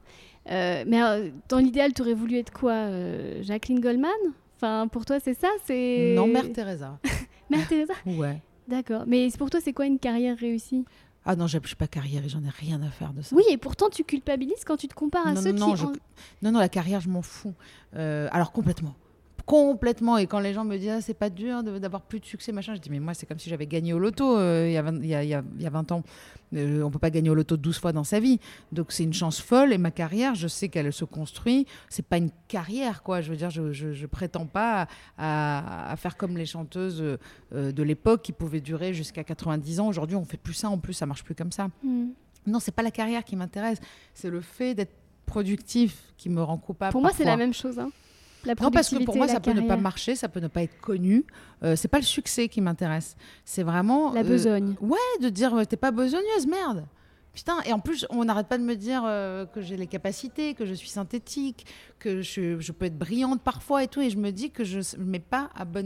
Speaker 1: Mais dans l'idéal, tu aurais voulu être quoi, Jacqueline Goldman? Enfin, pour toi, c'est ça, c'est...
Speaker 2: Non, Mère Teresa.
Speaker 1: Mère Teresa?
Speaker 2: Ouais.
Speaker 1: D'accord. Mais pour toi, c'est quoi une carrière réussie?
Speaker 2: Ah non, je ne suis pas carrière et j'en ai rien à faire de ça.
Speaker 1: Oui, et pourtant, tu culpabilises quand tu te compares à ceux qui...
Speaker 2: Non, la carrière, je m'en fous. Alors, complètement. Complètement. Et quand les gens me disent, c'est pas dur d'avoir plus de succès, machin, je dis, mais moi, c'est comme si j'avais gagné au loto il y a 20 ans. On ne peut pas gagner au loto 12 fois dans sa vie. Donc, c'est une chance folle. Et ma carrière, je sais qu'elle se construit. C'est pas une carrière, quoi. Je veux dire, je prétends pas à faire comme les chanteuses de l'époque qui pouvaient durer jusqu'à 90 ans. Aujourd'hui, on fait plus ça. En plus, ça marche plus comme ça. Non, c'est pas la carrière qui m'intéresse. C'est le fait d'être productif qui me rend coupable.
Speaker 1: Pour moi, c'est la même chose, hein.
Speaker 2: Non, parce que pour moi, ça peut
Speaker 1: carrière.
Speaker 2: ne pas marcher, ça peut ne pas être connu. C'est pas le succès qui m'intéresse. C'est vraiment...
Speaker 1: La besogne.
Speaker 2: Ouais, de dire, t'es pas besogneuse, merde. Putain, et en plus, on n'arrête pas de me dire que j'ai les capacités, que je suis synthétique, que je peux être brillante parfois et tout. Et je me dis que je ne mets pas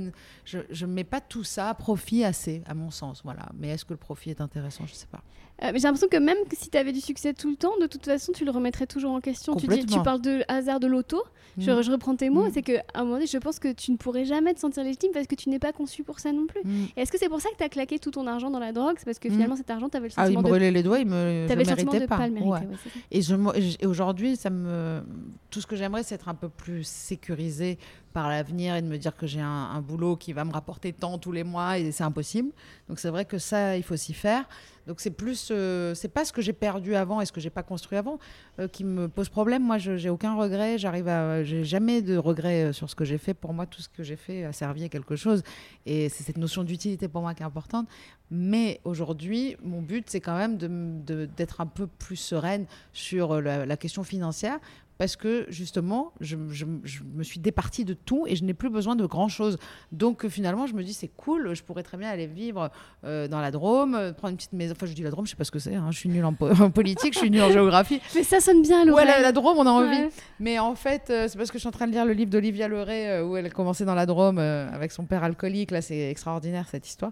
Speaker 2: je mets pas tout ça à profit assez, à mon sens. Voilà. Mais est-ce que le profit est intéressant? Je ne sais pas.
Speaker 1: Mais j'ai l'impression que même si tu avais du succès tout le temps, de toute façon, tu le remettrais toujours en question. Tu parles de hasard de l'auto. Je reprends tes mots. C'est qu'à un moment donné, je pense que tu ne pourrais jamais te sentir légitime parce que tu n'es pas conçu pour ça non plus. Et est-ce que c'est pour ça que tu as claqué tout ton argent dans la drogue? C'est parce que finalement, cet argent, tu avais le sentiment
Speaker 2: il me brûlait les doigts, je
Speaker 1: le sentiment de
Speaker 2: pas.
Speaker 1: Pas le mériter.
Speaker 2: Ouais. Et aujourd'hui, tout ce que j'aimerais, c'est être un peu plus sécurisée par l'avenir et de me dire que j'ai un boulot qui va me rapporter tant tous les mois et c'est impossible. Donc c'est vrai que ça, il faut s'y faire. Donc c'est plus, c'est pas ce que j'ai perdu avant et ce que j'ai pas construit avant qui me pose problème. Moi, j'ai aucun regret. J'ai jamais de regret sur ce que j'ai fait. Pour moi, tout ce que j'ai fait a servi à quelque chose. Et c'est cette notion d'utilité pour moi qui est importante. Mais aujourd'hui, mon but, c'est quand même d'être un peu plus sereine sur la question financière. Parce que justement, je me suis départie de tout et je n'ai plus besoin de grand-chose. Donc finalement, je me dis, c'est cool, je pourrais très bien aller vivre dans la Drôme, prendre une petite maison. Enfin, je dis la Drôme, je ne sais pas ce que c'est, hein. Je suis nulle en politique, je suis nulle en géographie.
Speaker 1: Mais ça sonne bien à l'oreille.
Speaker 2: Ouais, la Drôme, on a envie. Ouais. Mais en fait, c'est parce que je suis en train de lire le livre d'Olivia Leray où elle a commencé dans la Drôme avec son père alcoolique. Là, c'est extraordinaire cette histoire.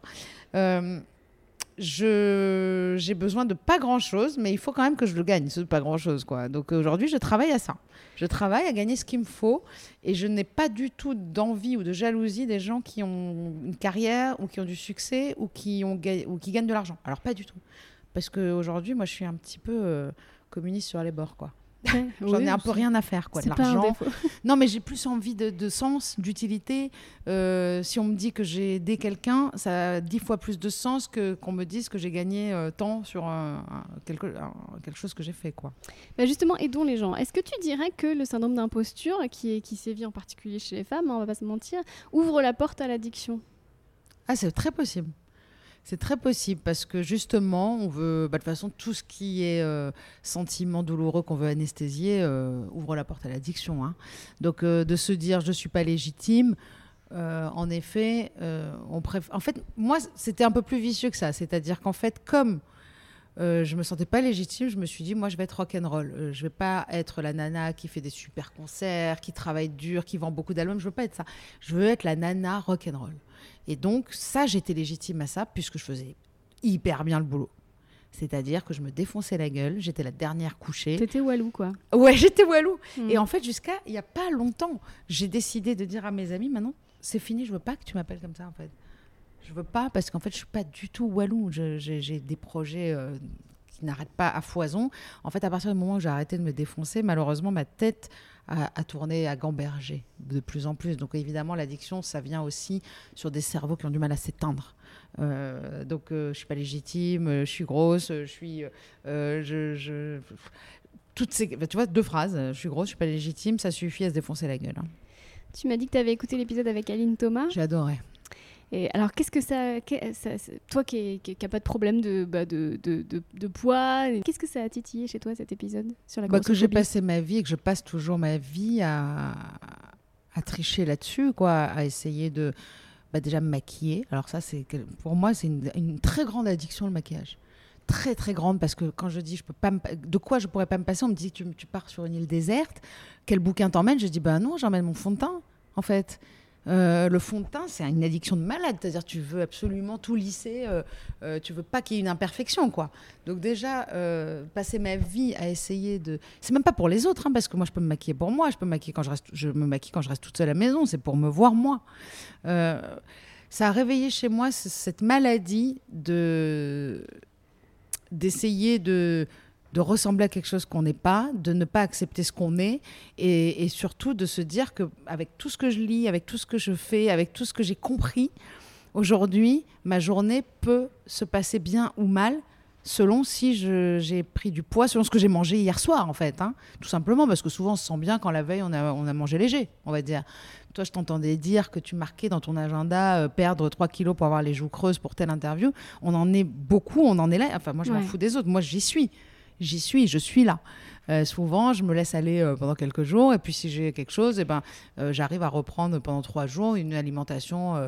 Speaker 2: J'ai besoin de pas grand-chose, mais il faut quand même que je le gagne, ce pas grand-chose, quoi. Donc aujourd'hui, je travaille à ça. Je travaille à gagner ce qu'il me faut et je n'ai pas du tout d'envie ou de jalousie des gens qui ont une carrière ou qui ont du succès ou qui gagnent de l'argent. Alors pas du tout. Parce qu'aujourd'hui, moi, je suis un petit peu communiste sur les bords, quoi. J'en ai un peu rien à faire, quoi, de l'argent. Non, mais j'ai plus envie de sens, d'utilité. Si on me dit que j'ai aidé quelqu'un, ça a 10 fois plus de sens qu'on me dise que j'ai gagné tant sur quelque chose que j'ai fait, quoi.
Speaker 1: Bah justement, aidons les gens. Est-ce que tu dirais que le syndrome d'imposture, qui sévit en particulier chez les femmes, hein, on va pas se mentir, ouvre la porte à l'addiction?
Speaker 2: Ah, c'est très possible. C'est très possible parce que justement, on veut, de toute façon, tout ce qui est sentiment douloureux qu'on veut anesthésier ouvre la porte à l'addiction. Hein. Donc, de se dire je ne suis pas légitime, en effet, en fait, moi, c'était un peu plus vicieux que ça. C'est-à-dire qu'en fait, comme je ne me sentais pas légitime, je me suis dit, moi, je vais être rock'n'roll. Je ne vais pas être la nana qui fait des super concerts, qui travaille dur, qui vend beaucoup d'albums. Je ne veux pas être ça. Je veux être la nana rock'n'roll. Et donc, ça, j'étais légitime à ça puisque je faisais hyper bien le boulot. C'est-à-dire que je me défonçais la gueule, j'étais la dernière couchée.
Speaker 1: T'étais Walou, quoi.
Speaker 2: Ouais, j'étais Walou. Et en fait, jusqu'à il n'y a pas longtemps, j'ai décidé de dire à mes amis, maintenant, c'est fini, je veux pas que tu m'appelles comme ça, en fait. Je veux pas parce qu'en fait, je suis pas du tout Walou. J'ai des projets qui n'arrêtent pas à foison. En fait, à partir du moment où j'ai arrêté de me défoncer, malheureusement, ma tête a tourné à gamberger de plus en plus. Donc évidemment, l'addiction, ça vient aussi sur des cerveaux qui ont du mal à s'éteindre. Donc je suis pas légitime, je suis grosse, je suis... toutes ces, tu vois, 2 phrases. Je suis grosse, je suis pas légitime, ça suffit à se défoncer la gueule. Hein.
Speaker 1: Tu m'as dit que tu avais écouté l'épisode avec Aline Thomas.
Speaker 2: J'ai adoré.
Speaker 1: Et alors, qu'est-ce que toi qui n'as pas de problème de poids, qu'est-ce que ça a titillé chez toi cet épisode sur la grossophobie ?
Speaker 2: Que j'ai passé ma vie et que je passe toujours ma vie à tricher là-dessus, quoi, à essayer de déjà me maquiller. Alors ça, pour moi, c'est une très grande addiction, le maquillage. Très très grande, parce que quand je dis de quoi je pourrais pas me passer, on me dit tu pars sur une île déserte, quel bouquin t'emmènes ? Je dis non, j'emmène mon fond de teint en fait. Le fond de teint, c'est une addiction de malade, c'est-à-dire tu veux absolument tout lisser, tu veux pas qu'il y ait une imperfection, quoi. Donc déjà, passer ma vie à essayer de... C'est même pas pour les autres, hein, parce que moi je peux me maquiller pour moi, je me maquille quand je reste toute seule à la maison, c'est pour me voir moi. Ça a réveillé chez moi cette maladie d'essayer de ressembler à quelque chose qu'on n'est pas, de ne pas accepter ce qu'on est, et surtout de se dire qu'avec tout ce que je lis, avec tout ce que je fais, avec tout ce que j'ai compris, aujourd'hui, ma journée peut se passer bien ou mal, selon si j'ai pris du poids, selon ce que j'ai mangé hier soir, en fait. Hein. Tout simplement, parce que souvent, on se sent bien quand la veille, on a mangé léger, on va dire. Toi, je t'entendais dire que tu marquais dans ton agenda perdre 3 kilos pour avoir les joues creuses pour telle interview. On en est beaucoup, on en est là. Enfin, moi, je m'en fous des autres. Moi, je suis là. Souvent, je me laisse aller pendant quelques jours, et puis si j'ai quelque chose, j'arrive à reprendre pendant 3 jours une alimentation.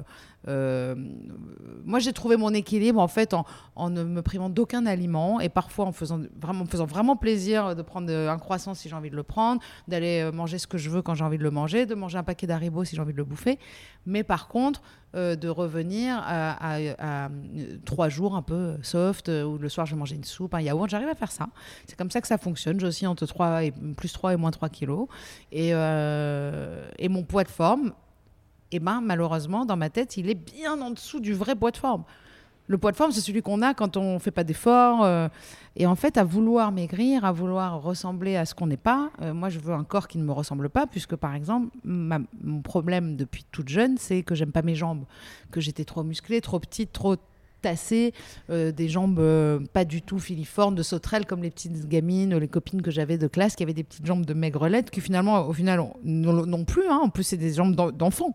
Speaker 2: Moi, j'ai trouvé mon équilibre en fait en ne me privant d'aucun aliment, et parfois en faisant vraiment plaisir de prendre un croissant si j'ai envie de le prendre, d'aller manger ce que je veux quand j'ai envie de le manger, de manger un paquet d'Haribo si j'ai envie de le bouffer. Mais par contre, de revenir à 3 jours un peu soft, où le soir je vais manger une soupe, un yaourt, j'arrive à faire ça. C'est comme ça que ça fonctionne. J'ai aussi entre plus 3 et moins 3 kilos. Et mon poids de forme, malheureusement, dans ma tête, il est bien en dessous du vrai poids de forme. Le poids de forme, c'est celui qu'on a quand on ne fait pas d'efforts. Et en fait, à vouloir maigrir, à vouloir ressembler à ce qu'on n'est pas, moi, je veux un corps qui ne me ressemble pas, puisque, par exemple, mon problème depuis toute jeune, c'est que j'aime pas mes jambes, que j'étais trop musclée, trop petite, trop tassée, des jambes pas du tout filiformes, de sauterelles, comme les petites gamines, les copines que j'avais de classe, qui avaient des petites jambes de maigrelettes, qui finalement, au final, non plus. Hein. En plus, c'est des jambes d'enfants.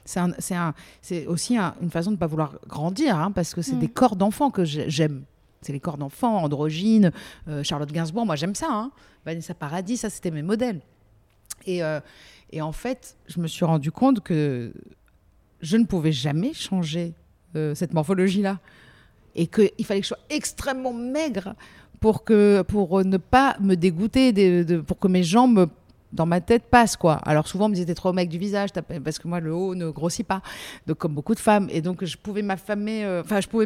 Speaker 2: C'est aussi une façon de ne pas vouloir grandir, hein, parce que c'est des corps d'enfants que j'aime. C'est les corps d'enfants, androgynes, Charlotte Gainsbourg, moi j'aime ça. Hein. Vanessa Paradis, ça c'était mes modèles. Et en fait, je me suis rendu compte que je ne pouvais jamais changer cette morphologie-là. Et qu'il fallait que je sois extrêmement maigre pour ne pas me dégoûter, pour que mes jambes dans ma tête passe, quoi. Alors souvent on me disait t'es trop maigre du visage, parce que moi le haut ne grossit pas, donc comme beaucoup de femmes, et donc je pouvais m'affamer, je pouvais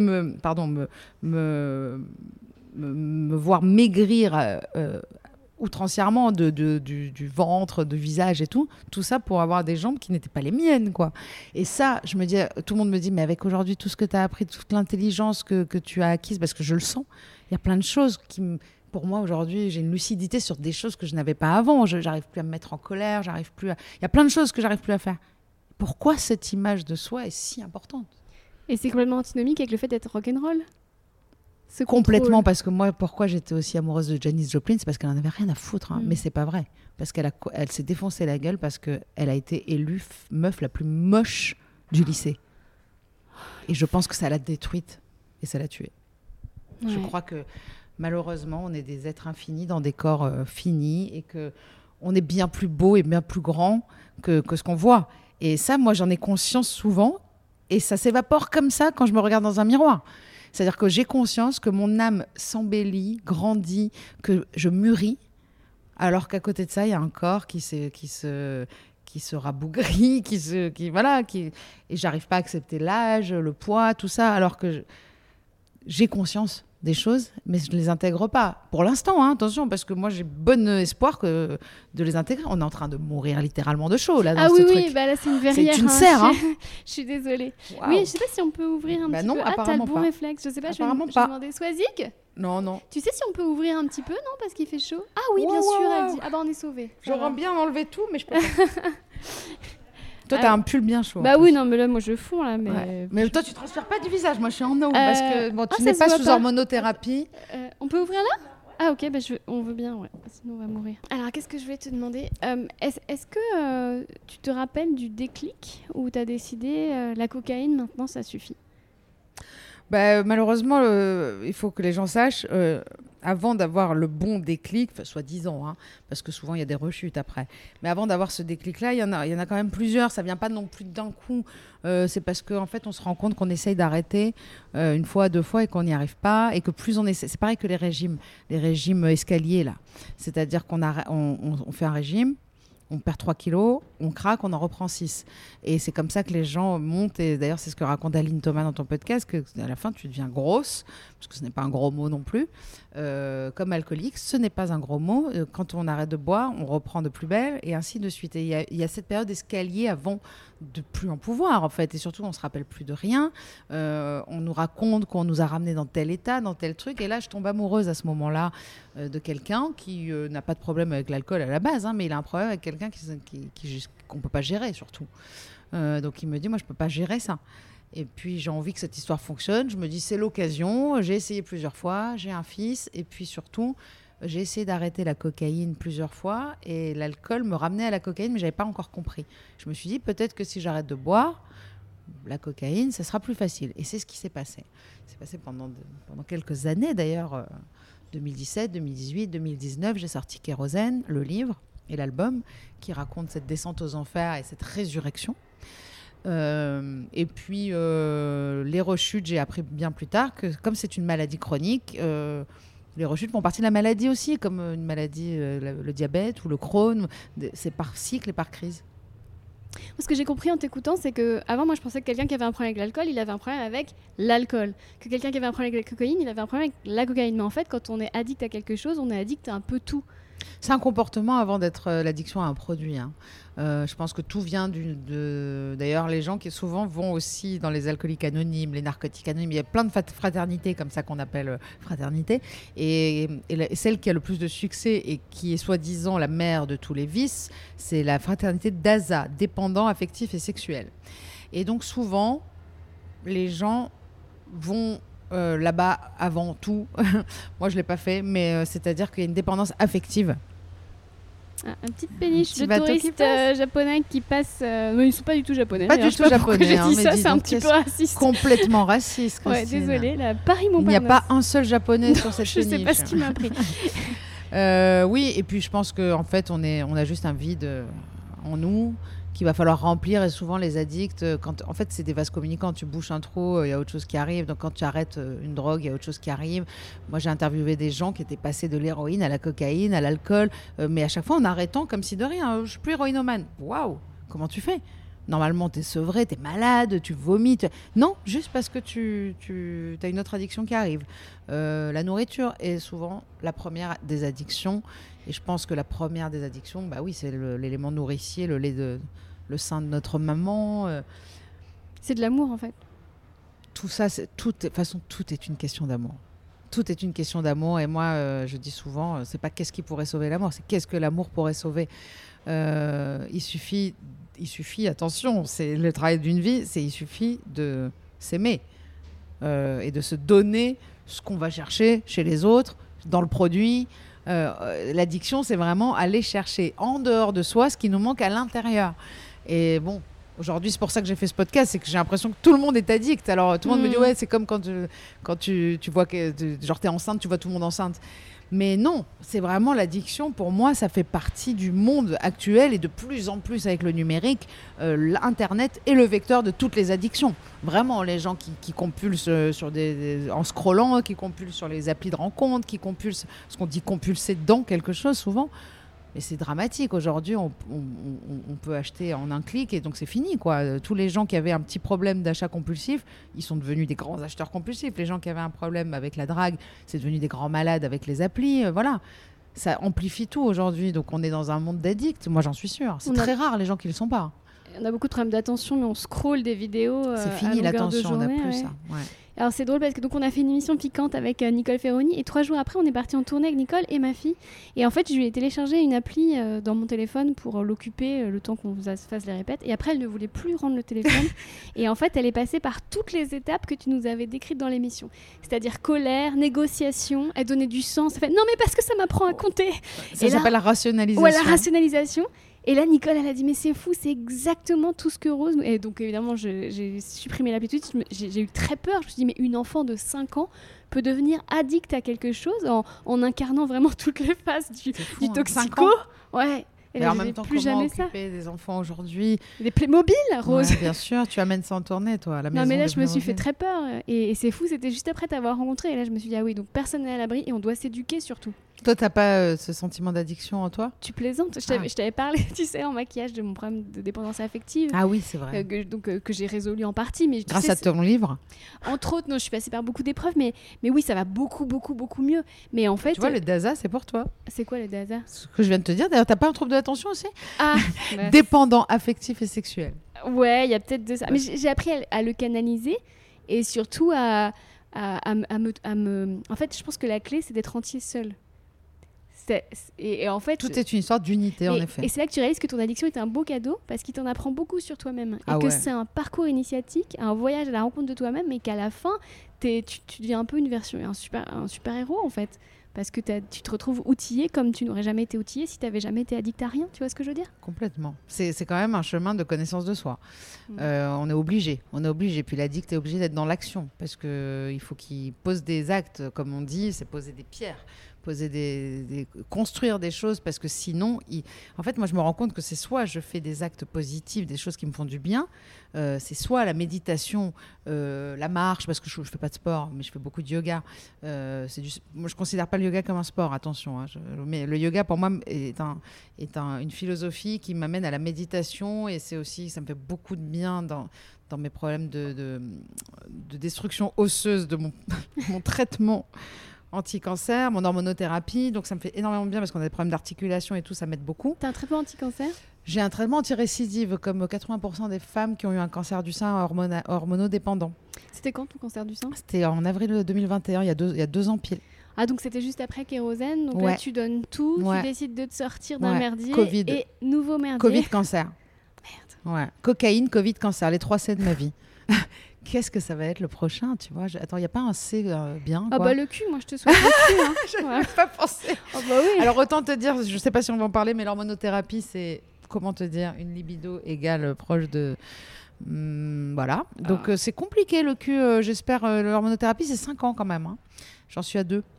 Speaker 2: me voir maigrir outrancièrement du ventre, du visage et tout ça pour avoir des jambes qui n'étaient pas les miennes, quoi. Et ça, je me dis, tout le monde me dit, mais avec aujourd'hui tout ce que tu as appris, toute l'intelligence que tu as acquise, parce que je le sens, il y a plein de choses pour moi, aujourd'hui, j'ai une lucidité sur des choses que je n'avais pas avant. J'arrive plus à me mettre en colère, il y a plein de choses que j'arrive plus à faire. Pourquoi cette image de soi est si importante ?
Speaker 1: Et c'est complètement antinomique avec le fait d'être rock'n'roll ?
Speaker 2: Complètement, parce que moi, pourquoi j'étais aussi amoureuse de Janis Joplin, c'est parce qu'elle n'en avait rien à foutre, hein. Mais c'est pas vrai. Parce qu'elle s'est défoncée la gueule parce qu'elle a été élue meuf la plus moche du lycée. Et je pense que ça l'a détruite et ça l'a tuée. Ouais. Je crois que malheureusement, on est des êtres infinis dans des corps finis, et qu'on est bien plus beau et bien plus grand que ce qu'on voit. Et ça, moi, j'en ai conscience souvent, et ça s'évapore comme ça quand je me regarde dans un miroir. C'est-à-dire que j'ai conscience que mon âme s'embellit, grandit, que je mûris, alors qu'à côté de ça, il y a un corps qui se rabougrit, et j'arrive pas à accepter l'âge, le poids, tout ça, alors que j'ai conscience des choses, mais je ne les intègre pas. Pour l'instant, attention, parce que moi, j'ai bon espoir de les intégrer. On est en train de mourir littéralement de chaud, là, dans ce truc.
Speaker 1: Oui, bah là, c'est une verrière.
Speaker 2: C'est une serre,
Speaker 1: Je suis désolée.
Speaker 2: Wow.
Speaker 1: Oui, je sais pas si on peut ouvrir un petit
Speaker 2: non,
Speaker 1: peu. Ah, t'as le bon
Speaker 2: pas.
Speaker 1: réflexe. Je sais pas,
Speaker 2: Apparemment
Speaker 1: je vais demander Swazik.
Speaker 2: Non.
Speaker 1: Tu sais si on peut ouvrir un petit peu, non? Parce qu'il fait chaud. Ah oui, bien sûr, elle dit. Ah bah, on est sauvés.
Speaker 2: J'aurais bien enlevé tout, mais je peux pas. Toi, t'as un pull bien chaud.
Speaker 1: Bah oui, non, mais là, moi, je fonds, là. Mais,
Speaker 2: mais toi, tu transpires pas du visage. Moi, je suis en eau. Parce que tu n'es pas sous hormonothérapie.
Speaker 1: On peut ouvrir là? Ah ok, bah on veut bien, ouais. Sinon on va mourir. Alors qu'est-ce que je vais te demander? Est-ce que tu te rappelles du déclic où tu as décidé la cocaïne, maintenant ça suffit?
Speaker 2: Malheureusement, il faut que les gens sachent, avant d'avoir le bon déclic, soi-disant, parce que souvent il y a des rechutes après, mais avant d'avoir ce déclic-là, il y en a quand même plusieurs. Ça ne vient pas non plus d'un coup. C'est parce qu'en fait, on se rend compte qu'on essaye d'arrêter une fois, deux fois et qu'on n'y arrive pas. Et que plus on essaie, c'est pareil que les régimes escaliers, là. C'est-à-dire qu'on fait un régime, on perd 3 kilos, on craque, on en reprend 6. Et c'est comme ça que les gens montent. Et d'ailleurs, c'est ce que raconte Aline Thomas dans ton podcast, qu'à la fin, tu deviens grosse, parce que ce n'est pas un gros mot non plus. Comme alcoolique, ce n'est pas un gros mot. Quand on arrête de boire, on reprend de plus belle, et ainsi de suite. Et il y a cette période d'escalier avant de plus en pouvoir, en fait. Et surtout, on ne se rappelle plus de rien. On nous raconte qu'on nous a ramenés dans tel état, dans tel truc. Et là, je tombe amoureuse à ce moment-là de quelqu'un qui n'a pas de problème avec l'alcool à la base, mais il a un problème avec quelqu'un qu'on ne peut pas gérer, surtout. Donc, il me dit, moi, je ne peux pas gérer ça. Et puis, j'ai envie que cette histoire fonctionne. Je me dis, c'est l'occasion. J'ai essayé plusieurs fois. J'ai un fils. Et puis, surtout, j'ai essayé d'arrêter la cocaïne plusieurs fois. Et l'alcool me ramenait à la cocaïne, mais je n'avais pas encore compris. Je me suis dit, peut-être que si j'arrête de boire, la cocaïne, ça sera plus facile. Et c'est ce qui s'est passé. C'est passé pendant quelques années, d'ailleurs. 2017, 2018, 2019, j'ai sorti Kérosène, le livre et l'album, qui raconte cette descente aux enfers et cette résurrection. Et puis, les rechutes, j'ai appris bien plus tard que comme c'est une maladie chronique, les rechutes font partie de la maladie aussi, comme une maladie, le diabète ou le Crohn. C'est par cycle et par crise.
Speaker 1: Ce que j'ai compris en t'écoutant, c'est que avant, moi, je pensais que quelqu'un qui avait un problème avec l'alcool, il avait un problème avec l'alcool. Que quelqu'un qui avait un problème avec la cocaïne, il avait un problème avec la cocaïne. Mais en fait, quand on est addict à quelque chose, on est addict à un peu tout.
Speaker 2: C'est un comportement avant d'être l'addiction à un produit. Je pense que tout vient d'ailleurs, les gens qui souvent vont aussi dans les alcooliques anonymes, les narcotiques anonymes. Il y a plein de fraternités comme ça qu'on appelle fraternité. Et celle qui a le plus de succès et qui est soi-disant la mère de tous les vices, c'est la fraternité DASA, dépendant, affectif et sexuel. Et donc souvent, les gens vont là-bas avant tout. Moi, je ne l'ai pas fait, mais c'est-à-dire qu'il y a une dépendance affective.
Speaker 1: Un petit péniche de touristes japonais qui passent. Mais ils ne sont pas du tout japonais.
Speaker 2: Pas du tout japonais.
Speaker 1: J'ai dit ça, c'est un petit peu raciste.
Speaker 2: Complètement raciste, Christine.
Speaker 1: Ouais, désolée. La Paris-Montparnasse.
Speaker 2: Il n'y a pas un seul japonais sur cette péniche.
Speaker 1: Je ne sais pas ce qui m'a pris.
Speaker 2: Oui, et puis je pense qu'en fait, on a juste un vide en nous qu'il va falloir remplir. Et souvent, les addicts, en fait, c'est des vases communicants. Tu bouches un trou, il y a autre chose qui arrive. Donc, quand tu arrêtes une drogue, il y a autre chose qui arrive. Moi, j'ai interviewé des gens qui étaient passés de l'héroïne à la cocaïne, à l'alcool, mais à chaque fois en arrêtant comme si de rien. Je ne suis plus héroïnomane. Waouh, comment tu fais ? Normalement, tu es sevré, tu es malade, tu vomis. Non, juste parce que tu as une autre addiction qui arrive. La nourriture est souvent la première des addictions. Et je pense que la première des addictions, bah oui, c'est l'élément nourricier, le sein de notre maman.
Speaker 1: C'est de l'amour, en fait.
Speaker 2: Tout ça, tout est une question d'amour. Tout est une question d'amour. Et moi, je dis souvent, c'est pas qu'est-ce qui pourrait sauver l'amour, c'est qu'est-ce que l'amour pourrait sauver. Il suffit, attention, c'est le travail d'une vie, il suffit de s'aimer et de se donner ce qu'on va chercher chez les autres, dans le produit. L'addiction, c'est vraiment aller chercher en dehors de soi ce qui nous manque à l'intérieur. Et bon, aujourd'hui, c'est pour ça que j'ai fait ce podcast, c'est que j'ai l'impression que tout le monde est addict. Alors, tout le monde me dit, ouais, c'est comme quand tu vois que, genre, t'es enceinte, tu vois tout le monde enceinte. Mais non, c'est vraiment l'addiction. Pour moi, ça fait partie du monde actuel et de plus en plus avec le numérique. L'Internet est le vecteur de toutes les addictions. Vraiment, les gens qui compulsent en scrollant, qui compulsent sur les applis de rencontres, qui compulsent, ce qu'on dit compulser dans quelque chose souvent. Mais c'est dramatique. Aujourd'hui, on peut acheter en un clic et donc c'est fini, quoi. Tous les gens qui avaient un petit problème d'achat compulsif, ils sont devenus des grands acheteurs compulsifs. Les gens qui avaient un problème avec la drague, c'est devenu des grands malades avec les applis. Voilà. Ça amplifie tout aujourd'hui. Donc on est dans un monde d'addicts. Moi, j'en suis sûre. C'est très rare les gens qui ne le sont pas.
Speaker 1: On a beaucoup de problèmes d'attention, mais on scrolle des vidéos.
Speaker 2: C'est fini l'attention, on n'a plus ça. Ouais.
Speaker 1: Alors c'est drôle parce que donc on a fait une émission piquante avec Nicole Ferroni et 3 jours après on est parti en tournée avec Nicole et ma fille et en fait je lui ai téléchargé une appli dans mon téléphone pour l'occuper le temps qu'on fasse les répètes et après elle ne voulait plus rendre le téléphone et en fait elle est passée par toutes les étapes que tu nous avais décrites dans l'émission, c'est-à-dire colère, négociation, elle donnait du sens, elle fait non mais parce que ça m'apprend à compter.
Speaker 2: Ça s'appelle la rationalisation.
Speaker 1: Ouais, la rationalisation. Et là, Nicole, elle a dit, mais c'est fou, c'est exactement tout ce que Rose... Et donc, évidemment, j'ai supprimé l'appli tout de suite. J'ai eu très peur. Je me suis dit, mais une enfant de 5 ans peut devenir addict à quelque chose en incarnant vraiment toutes les phases du toxico. Ouais. Et là,
Speaker 2: en même temps, comment occuper des enfants aujourd'hui?
Speaker 1: Des Playmobil, Rose.
Speaker 2: Ouais, bien sûr, tu amènes ça en tournée, toi, à la maison.
Speaker 1: Non, mais là, je me suis fait très peur. Et c'est fou, c'était juste après t'avoir rencontré. Et là, je me suis dit, ah oui, donc personne n'est à l'abri et on doit s'éduquer surtout.
Speaker 2: Toi, t'as pas ce sentiment d'addiction en toi?
Speaker 1: Tu plaisantes. Je t'avais parlé, tu sais, en maquillage de mon problème de dépendance affective.
Speaker 2: Ah oui, c'est vrai.
Speaker 1: Que j'ai résolu en partie. Mais,
Speaker 2: grâce à ton livre?
Speaker 1: Entre autres, non, je suis passée par beaucoup d'épreuves, mais oui, ça va beaucoup, beaucoup, beaucoup mieux. Mais en fait...
Speaker 2: Tu vois, le DASA, c'est pour toi.
Speaker 1: C'est quoi le DASA?
Speaker 2: Ce que je viens de te dire. D'ailleurs, t'as pas un trouble de l'attention aussi?
Speaker 1: Ah
Speaker 2: Dépendant affectif et sexuel.
Speaker 1: Ouais, il y a peut-être de ça. Mais j'ai appris à le canaliser et surtout à me... En fait, je pense que la clé, c'est d'être entier seul. Et en fait,
Speaker 2: tout est une histoire d'unité, en effet.
Speaker 1: Et c'est là que tu réalises que ton addiction est un beau cadeau parce qu'il t'en apprend beaucoup sur toi-même. Et que c'est un parcours initiatique, un voyage à la rencontre de toi-même et qu'à la fin, tu deviens un peu une version, un super-héros en fait. Parce que tu te retrouves outillé comme tu n'aurais jamais été outillé si tu n'avais jamais été addict à rien. Tu vois ce que je veux dire? Complètement.
Speaker 2: C'est quand même un chemin de connaissance de soi. On est obligé. Puis l'addict est obligé d'être dans l'action parce qu'il faut qu'il pose des actes, comme on dit, c'est poser des pierres. Construire des choses parce que sinon en fait moi je me rends compte que c'est soit je fais des actes positifs, des choses qui me font du bien, c'est soit la méditation, la marche parce que je fais pas de sport mais je fais beaucoup de yoga, moi je considère pas le yoga comme un sport, attention, hein, mais le yoga pour moi est une philosophie qui m'amène à la méditation et c'est aussi, ça me fait beaucoup de bien dans mes problèmes de destruction osseuse de mon traitement anti-cancer, mon hormonothérapie, donc ça me fait énormément bien parce qu'on a des problèmes d'articulation et tout, ça m'aide beaucoup.
Speaker 1: T'as un traitement anti-cancer?
Speaker 2: J'ai un traitement anti-récidive, comme 80% des femmes qui ont eu un cancer du sein hormonodépendant.
Speaker 1: C'était quand ton cancer du sein?
Speaker 2: C'était en avril 2021, il y a 2 ans pile.
Speaker 1: Ah, donc c'était juste après Kérosène, donc là tu donnes tout, tu décides de te sortir d'un merdier.
Speaker 2: Covid.
Speaker 1: Et nouveau merdier.
Speaker 2: Covid, cancer. Merde. Ouais. Cocaïne, Covid, cancer, les 3 C de ma vie. Qu'est-ce que ça va être le prochain, tu vois? Attends, il n'y a pas un C bien, quoi.
Speaker 1: Ah bah le cul, moi je te souhaite le cul. Hein.
Speaker 2: Je n'avais pas pensé.
Speaker 1: Oh bah oui.
Speaker 2: Alors autant te dire, je ne sais pas si on va en parler, mais l'hormonothérapie, c'est, comment te dire, une libido égale proche de... voilà. Donc c'est compliqué le cul, j'espère. L'hormonothérapie, c'est 5 ans quand même. Hein. J'en suis à 2.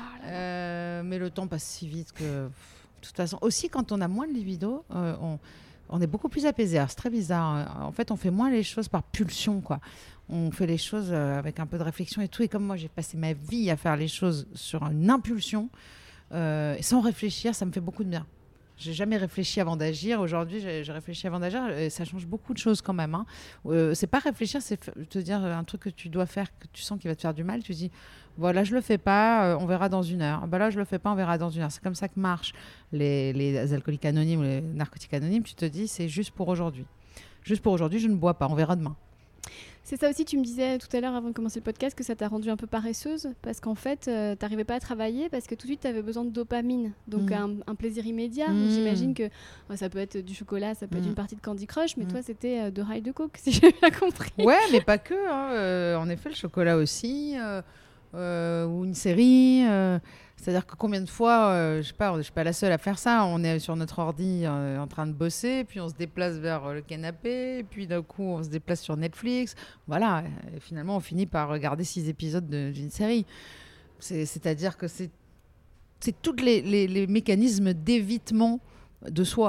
Speaker 2: Mais le temps passe si vite que... De toute façon, aussi quand on a moins de libido, on est beaucoup plus apaisé. Alors, c'est très bizarre. En fait, on fait moins les choses par pulsion, quoi. On fait les choses avec un peu de réflexion et tout. Et comme moi, j'ai passé ma vie à faire les choses sur une impulsion, sans réfléchir, ça me fait beaucoup de bien. J'ai jamais réfléchi avant d'agir. Aujourd'hui, j'ai réfléchi avant d'agir. Et ça change beaucoup de choses quand même. Hein. C'est pas réfléchir, c'est te dire un truc que tu dois faire, que tu sens qu'il va te faire du mal. Tu dis, voilà, je le fais pas, on verra dans 1 heure. Là, je le fais pas, on verra dans 1 heure. C'est comme ça que marchent les alcooliques anonymes ou les narcotiques anonymes. Tu te dis, c'est juste pour aujourd'hui. Juste pour aujourd'hui, je ne bois pas, on verra demain.
Speaker 1: C'est ça aussi, tu me disais tout à l'heure avant de commencer le podcast que ça t'a rendue un peu paresseuse parce qu'en fait, t'arrivais pas à travailler parce que tout de suite, t'avais besoin de dopamine. Donc un plaisir immédiat. J'imagine que ça peut être du chocolat, ça peut être une partie de Candy Crush, mais toi, c'était de rail de coke, si j'ai bien compris.
Speaker 2: Ouais, mais pas que. Hein. En effet, le chocolat aussi, ou une série... C'est-à-dire que combien de fois, je suis pas la seule à faire ça, on est sur notre ordi en train de bosser, puis on se déplace vers le canapé, puis d'un coup on se déplace sur Netflix. Voilà, et finalement on finit par regarder 6 épisodes d'une série. C'est-à-dire que c'est tous les mécanismes d'évitement de soi.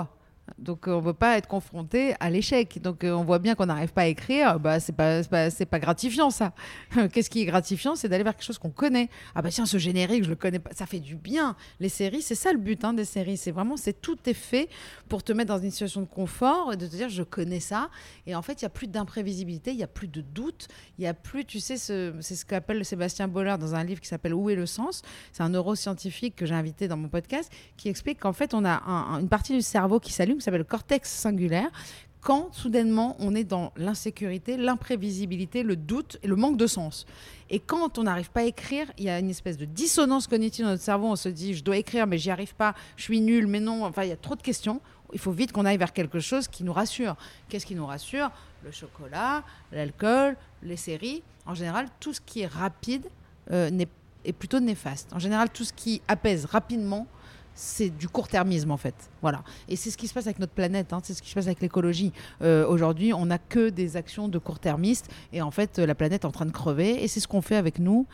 Speaker 2: Donc, on ne veut pas être confronté à l'échec. Donc, on voit bien qu'on n'arrive pas à écrire. Bah, c'est pas gratifiant, ça. Qu'est-ce qui est gratifiant? C'est d'aller vers quelque chose qu'on connaît. Ah bah tiens, ce générique, je le connais pas. Ça fait du bien. Les séries, c'est ça le but des séries. Tout est fait pour te mettre dans une situation de confort et de te dire, je connais ça. Et en fait, il n'y a plus d'imprévisibilité, il n'y a plus de doute. Il n'y a plus, tu sais, c'est ce qu'appelle Sébastien Bollard dans un livre qui s'appelle Où est le sens? C'est un neuroscientifique que j'ai invité dans mon podcast qui explique qu'en fait, on a une partie du cerveau qui s'allume, qui s'appelle le cortex singulaire, quand soudainement on est dans l'insécurité, l'imprévisibilité, le doute et le manque de sens. Et quand on n'arrive pas à écrire, il y a une espèce de dissonance cognitive dans notre cerveau. On se dit, je dois écrire, mais j'y arrive pas, je suis nul, mais non. Enfin, il y a trop de questions. Il faut vite qu'on aille vers quelque chose qui nous rassure. Qu'est-ce qui nous rassure? Le chocolat, l'alcool, les séries. En général, tout ce qui est rapide est plutôt néfaste. En général, tout ce qui apaise rapidement, c'est du court-termisme en fait. Voilà. Et c'est ce qui se passe avec notre planète, c'est ce qui se passe avec l'écologie. Aujourd'hui, on n'a que des actions de court-termistes et en fait, la planète est en train de crever et c'est ce qu'on fait avec nous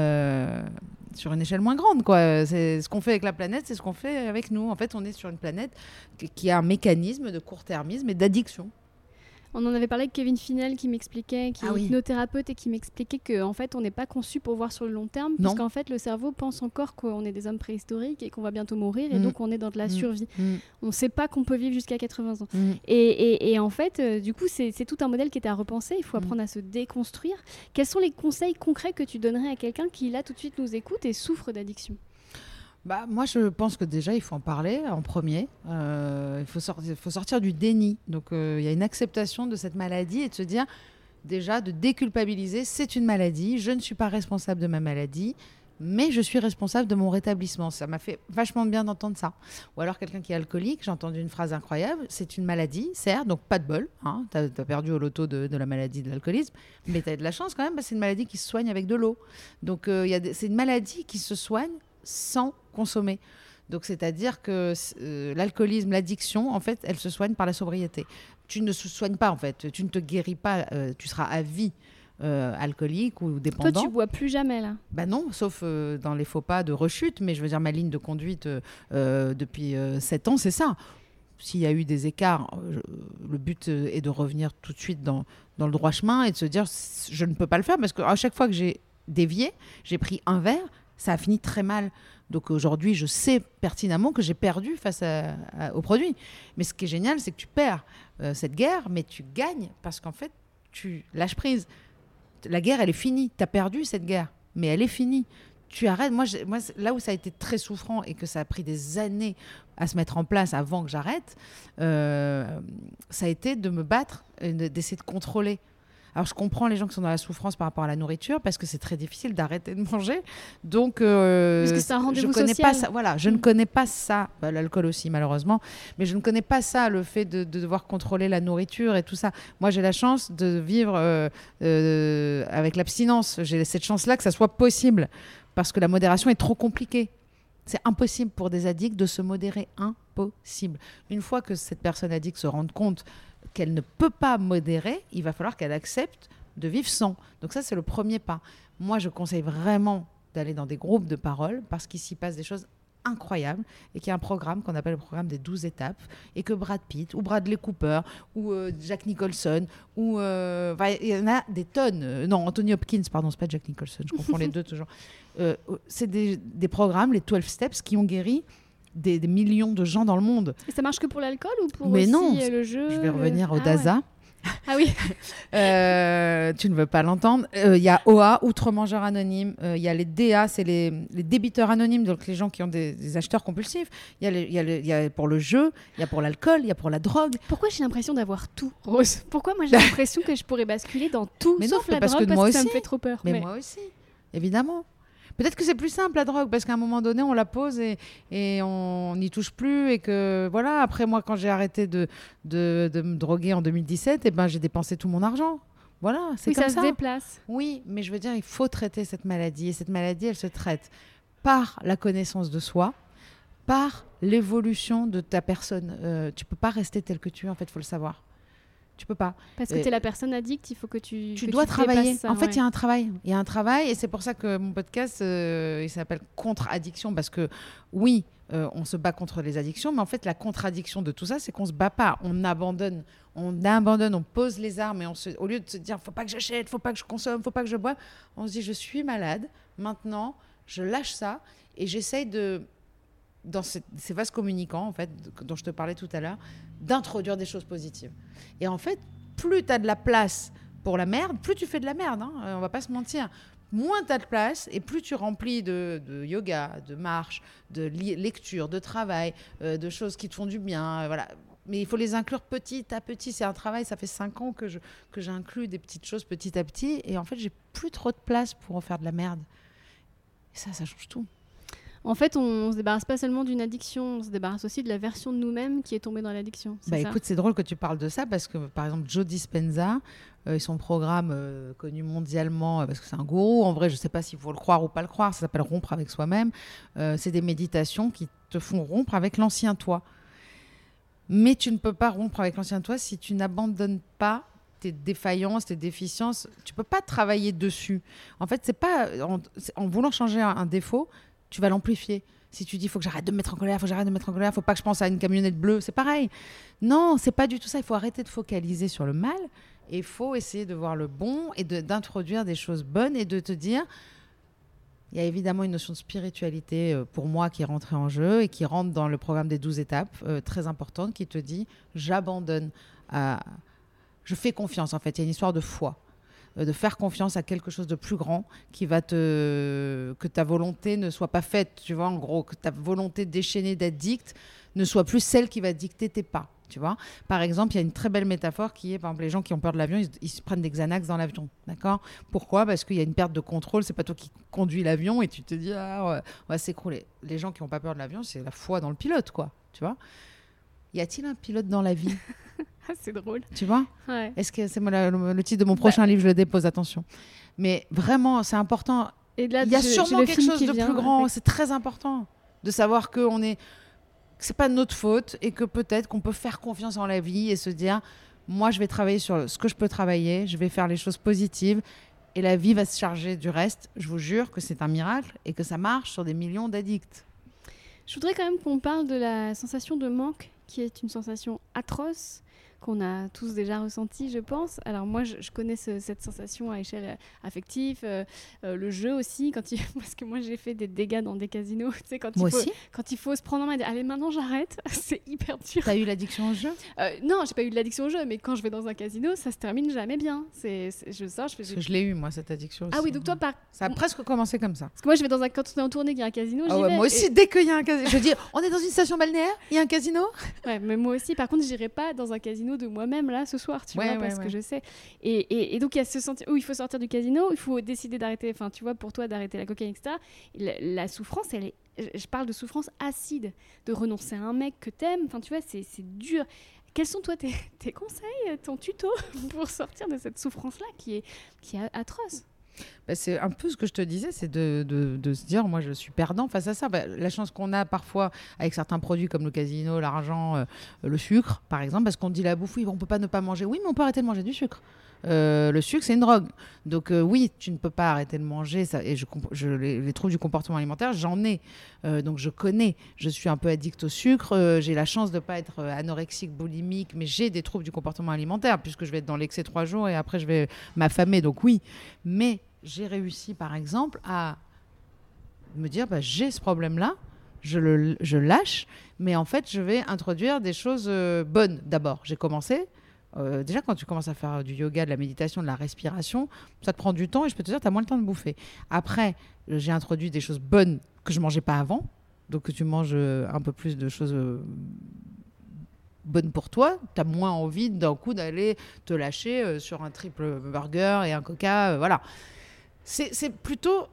Speaker 2: sur une échelle moins grande, quoi. C'est ce qu'on fait avec la planète, c'est ce qu'on fait avec nous. En fait, on est sur une planète qui a un mécanisme de court-termisme et d'addiction.
Speaker 1: On en avait parlé avec Kevin Finel qui m'expliquait, qui est hypnothérapeute et qui m'expliquait qu'en fait, on n'est pas conçu pour voir sur le long terme, puisqu'en fait, le cerveau pense encore qu'on est des hommes préhistoriques et qu'on va bientôt mourir, et donc on est dans de la survie. On ne sait pas qu'on peut vivre jusqu'à 80 ans. Et en fait, du coup, c'est tout un modèle qui est à repenser. Il faut apprendre à se déconstruire. Quels sont les conseils concrets que tu donnerais à quelqu'un qui, là, tout de suite, nous écoute et souffre d'addiction ?
Speaker 2: Moi, je pense que déjà, il faut en parler en premier. Il faut sortir du déni. Donc, il y a une acceptation de cette maladie et de se dire, déjà, de déculpabiliser, c'est une maladie, je ne suis pas responsable de ma maladie, mais je suis responsable de mon rétablissement. Ça m'a fait vachement de bien d'entendre ça. Ou alors, quelqu'un qui est alcoolique, j'ai entendu une phrase incroyable, c'est une maladie, certes, donc pas de bol. T'as perdu au loto de la maladie de l'alcoolisme, mais t'as de la chance quand même, parce que c'est une maladie qui se soigne avec de l'eau. Donc, c'est une maladie qui se soigne sans consommer. Donc, c'est-à-dire que l'alcoolisme, l'addiction, en fait, elle se soigne par la sobriété. Tu ne se soignes pas, en fait. Tu ne te guéris pas. Tu seras à vie alcoolique ou dépendant.
Speaker 1: Toi, tu bois plus jamais, là?
Speaker 2: Non, sauf dans les faux pas de rechute. Mais je veux dire, ma ligne de conduite depuis 7 ans, c'est ça. S'il y a eu des écarts, le but est de revenir tout de suite dans le droit chemin et de se dire, je ne peux pas le faire parce qu'à chaque fois que j'ai dévié, j'ai pris un verre, ça a fini très mal. Donc aujourd'hui, je sais pertinemment que j'ai perdu face au produit. Mais ce qui est génial, c'est que tu perds cette guerre, mais tu gagnes parce qu'en fait, tu lâches prise. La guerre, elle est finie. Tu as perdu cette guerre, mais elle est finie. Tu arrêtes. Moi, là où ça a été très souffrant et que ça a pris des années à se mettre en place avant que j'arrête, ça a été de me battre, d'essayer de contrôler. Alors, je comprends les gens qui sont dans la souffrance par rapport à la nourriture parce que c'est très difficile d'arrêter de manger. Donc,
Speaker 1: parce que c'est un rendez-vous social.
Speaker 2: Je ne connais pas ça. L'alcool aussi, malheureusement. Mais je ne connais pas ça, le fait de devoir contrôler la nourriture et tout ça. Moi, j'ai la chance de vivre avec l'abstinence. J'ai cette chance-là que ça soit possible parce que la modération est trop compliquée. C'est impossible pour des addicts de se modérer. Impossible. Une fois que cette personne addict se rende compte qu'elle ne peut pas modérer, il va falloir qu'elle accepte de vivre sans. Donc ça, c'est le premier pas. Moi, je conseille vraiment d'aller dans des groupes de parole parce qu'il s'y passe des choses incroyables et qu'il y a un programme qu'on appelle le programme des 12 étapes et que Brad Pitt ou Bradley Cooper ou Jack Nicholson ou il y en a des tonnes. Non, Anthony Hopkins, pardon, c'est pas Jack Nicholson, je confonds les deux toujours. C'est des programmes, les 12 Steps, qui ont guéri des millions de gens dans le monde.
Speaker 1: Et ça marche que pour l'alcool ou pour
Speaker 2: Mais
Speaker 1: aussi
Speaker 2: non,
Speaker 1: le jeu?
Speaker 2: Je vais revenir au DASA.
Speaker 1: Ouais. Ah oui.
Speaker 2: Tu ne veux pas l'entendre. Il y a OA, Outre-mangeurs anonymes. Il y a les DA, c'est les débiteurs anonymes, donc les gens qui ont des acheteurs compulsifs. Il y a pour le jeu, il y a pour l'alcool, il y a pour la drogue.
Speaker 1: Pourquoi j'ai l'impression d'avoir tout, Rose? Pourquoi moi j'ai l'impression que je pourrais basculer dans tout sauf la drogue parce que ça me fait trop peur.
Speaker 2: Mais moi aussi, évidemment. Peut-être que c'est plus simple la drogue parce qu'à un moment donné on la pose et on n'y touche plus et que voilà. Après moi quand j'ai arrêté de me droguer en 2017, j'ai dépensé tout mon argent. Voilà, c'est comme ça.
Speaker 1: Ça se déplace.
Speaker 2: Oui, mais je veux dire il faut traiter cette maladie et cette maladie elle se traite par la connaissance de soi, par l'évolution de ta personne. Tu peux pas rester tel que tu es en fait, faut le savoir. Tu peux pas.
Speaker 1: Parce que tu es la personne addict, il faut que tu
Speaker 2: dois travailler.
Speaker 1: Ça,
Speaker 2: en fait, il y a un travail. Il y a un travail et c'est pour ça que mon podcast, il s'appelle Contre-addiction parce que oui, on se bat contre les addictions, mais en fait, la contradiction de tout ça, c'est qu'on ne se bat pas. On abandonne, on pose les armes et au lieu de se dire, faut pas que j'achète, faut pas que je consomme, faut pas que je boive, on se dit, je suis malade, maintenant, je lâche ça et j'essaye dans ces vases communicants, en fait, dont je te parlais tout à l'heure, d'introduire des choses positives. Et en fait, plus tu as de la place pour la merde, plus tu fais de la merde, hein, on va pas se mentir. Moins tu as de place et plus tu remplis de yoga, de marche, de lecture, de travail, de choses qui te font du bien. Voilà. Mais il faut les inclure petit à petit. C'est un travail, ça fait 5 ans que j'inclus des petites choses petit à petit. Et en fait, j'ai plus trop de place pour en faire de la merde. Et ça change tout.
Speaker 1: En fait, on se débarrasse pas seulement d'une addiction, on se débarrasse aussi de la version de nous-mêmes qui est tombée dans l'addiction.
Speaker 2: Écoute, c'est drôle que tu parles de ça parce que, par exemple, Joe Dispenza, son programme connu mondialement, parce que c'est un gourou, en vrai, je ne sais pas s'il faut le croire ou pas le croire, ça s'appelle Rompre avec soi-même. C'est des méditations qui te font rompre avec l'ancien toi. Mais tu ne peux pas rompre avec l'ancien toi si tu n'abandonnes pas tes défaillances, tes déficiences. Tu ne peux pas travailler dessus. En fait, c'est pas en voulant changer un défaut, tu vas l'amplifier. Si tu dis, il faut que j'arrête de me mettre en colère, faut pas que je pense à une camionnette bleue, c'est pareil. Non, c'est pas du tout ça. Il faut arrêter de focaliser sur le mal et il faut essayer de voir le bon et d'introduire des choses bonnes et de te dire, il y a évidemment une notion de spiritualité pour moi qui est rentrée en jeu et qui rentre dans le programme des 12 étapes, très importante, qui te dit, j'abandonne, je fais confiance en fait. Il y a une histoire de foi. De faire confiance à quelque chose de plus grand que ta volonté ne soit pas faite, tu vois, en gros, que ta volonté déchaînée d'addict ne soit plus celle qui va dicter tes pas, tu vois. Par exemple, il y a une très belle métaphore qui est, par exemple, les gens qui ont peur de l'avion, ils se prennent des Xanax dans l'avion, d'accord ? Pourquoi ? Parce qu'il y a une perte de contrôle, c'est pas toi qui conduis l'avion et tu te dis, on va s'écrouler. Les gens qui n'ont pas peur de l'avion, c'est la foi dans le pilote, quoi, tu vois. Y a-t-il un pilote dans la vie ?
Speaker 1: C'est drôle.
Speaker 2: Tu vois ?
Speaker 1: Ouais.
Speaker 2: Est-ce que c'est le titre de mon prochain livre, je le dépose, attention. Mais vraiment, c'est important.
Speaker 1: Et là,
Speaker 2: il y a sûrement quelque chose de plus grand.
Speaker 1: Avec...
Speaker 2: C'est très important de savoir que c'est pas notre faute et que peut-être qu'on peut faire confiance en la vie et se dire, moi, je vais travailler sur ce que je peux travailler, je vais faire les choses positives et la vie va se charger du reste. Je vous jure que c'est un miracle et que ça marche sur des millions d'addicts.
Speaker 1: Je voudrais quand même qu'on parle de la sensation de manque, qui est une sensation atroce qu'on a tous déjà ressenti, je pense. Alors moi, je connais cette sensation à échelle affective, le jeu aussi, parce que moi j'ai fait des dégâts dans des casinos. Tu sais, quand il faut se prendre en main et dire allez maintenant j'arrête, c'est hyper dur.
Speaker 2: T'as eu l'addiction au jeu ?
Speaker 1: Non, j'ai pas eu de l'addiction au jeu, mais quand je vais dans un casino, ça se termine jamais bien. Je sors, je fais.
Speaker 2: Parce que je l'ai eu moi cette addiction aussi.
Speaker 1: Ah oui, donc toi
Speaker 2: ça a presque commencé comme ça.
Speaker 1: Parce que moi je vais quand on est en tournée, qu'il y a un casino, j'y vais.
Speaker 2: Moi aussi, dès qu'il y a un casino, je dis on est dans une station balnéaire, il y a un casino.
Speaker 1: Ouais, mais moi aussi. Par contre, j'irai pas dans un casino de moi-même là ce soir, tu vois, parce que je sais. Et donc il y a ce sentiment où il faut sortir du casino, il faut décider d'arrêter, enfin tu vois, pour toi d'arrêter la cocaïne, etc. La souffrance, je parle de souffrance acide, de renoncer à un mec que t'aimes, enfin tu vois, c'est dur. Quels sont toi tes conseils, ton tuto pour sortir de cette souffrance-là qui est atroce ?
Speaker 2: C'est un peu ce que je te disais, c'est de se dire, moi je suis perdant face à ça. La chance qu'on a parfois avec certains produits comme le casino, l'argent, le sucre par exemple, parce qu'on dit la bouffe, oui, on peut pas ne pas manger. Oui, mais on peut arrêter de manger du sucre. Le sucre, c'est une drogue. Donc oui, tu ne peux pas arrêter de manger. Ça, et les troubles du comportement alimentaire, j'en ai. Donc je connais. Je suis un peu addict au sucre. J'ai la chance de ne pas être anorexique, boulimique, mais j'ai des troubles du comportement alimentaire puisque je vais être dans l'excès 3 jours et après je vais m'affamer. Donc oui. Mais j'ai réussi, par exemple, à me dire, j'ai ce problème-là. Je lâche. Mais en fait, je vais introduire des choses bonnes d'abord. J'ai commencé... déjà, quand tu commences à faire du yoga, de la méditation, de la respiration, ça te prend du temps et je peux te dire, tu as moins le temps de bouffer. Après, j'ai introduit des choses bonnes que je ne mangeais pas avant. Donc, que tu manges un peu plus de choses bonnes pour toi. Tu as moins envie d'un coup d'aller te lâcher sur un triple burger et un coca. Voilà. C'est plutôt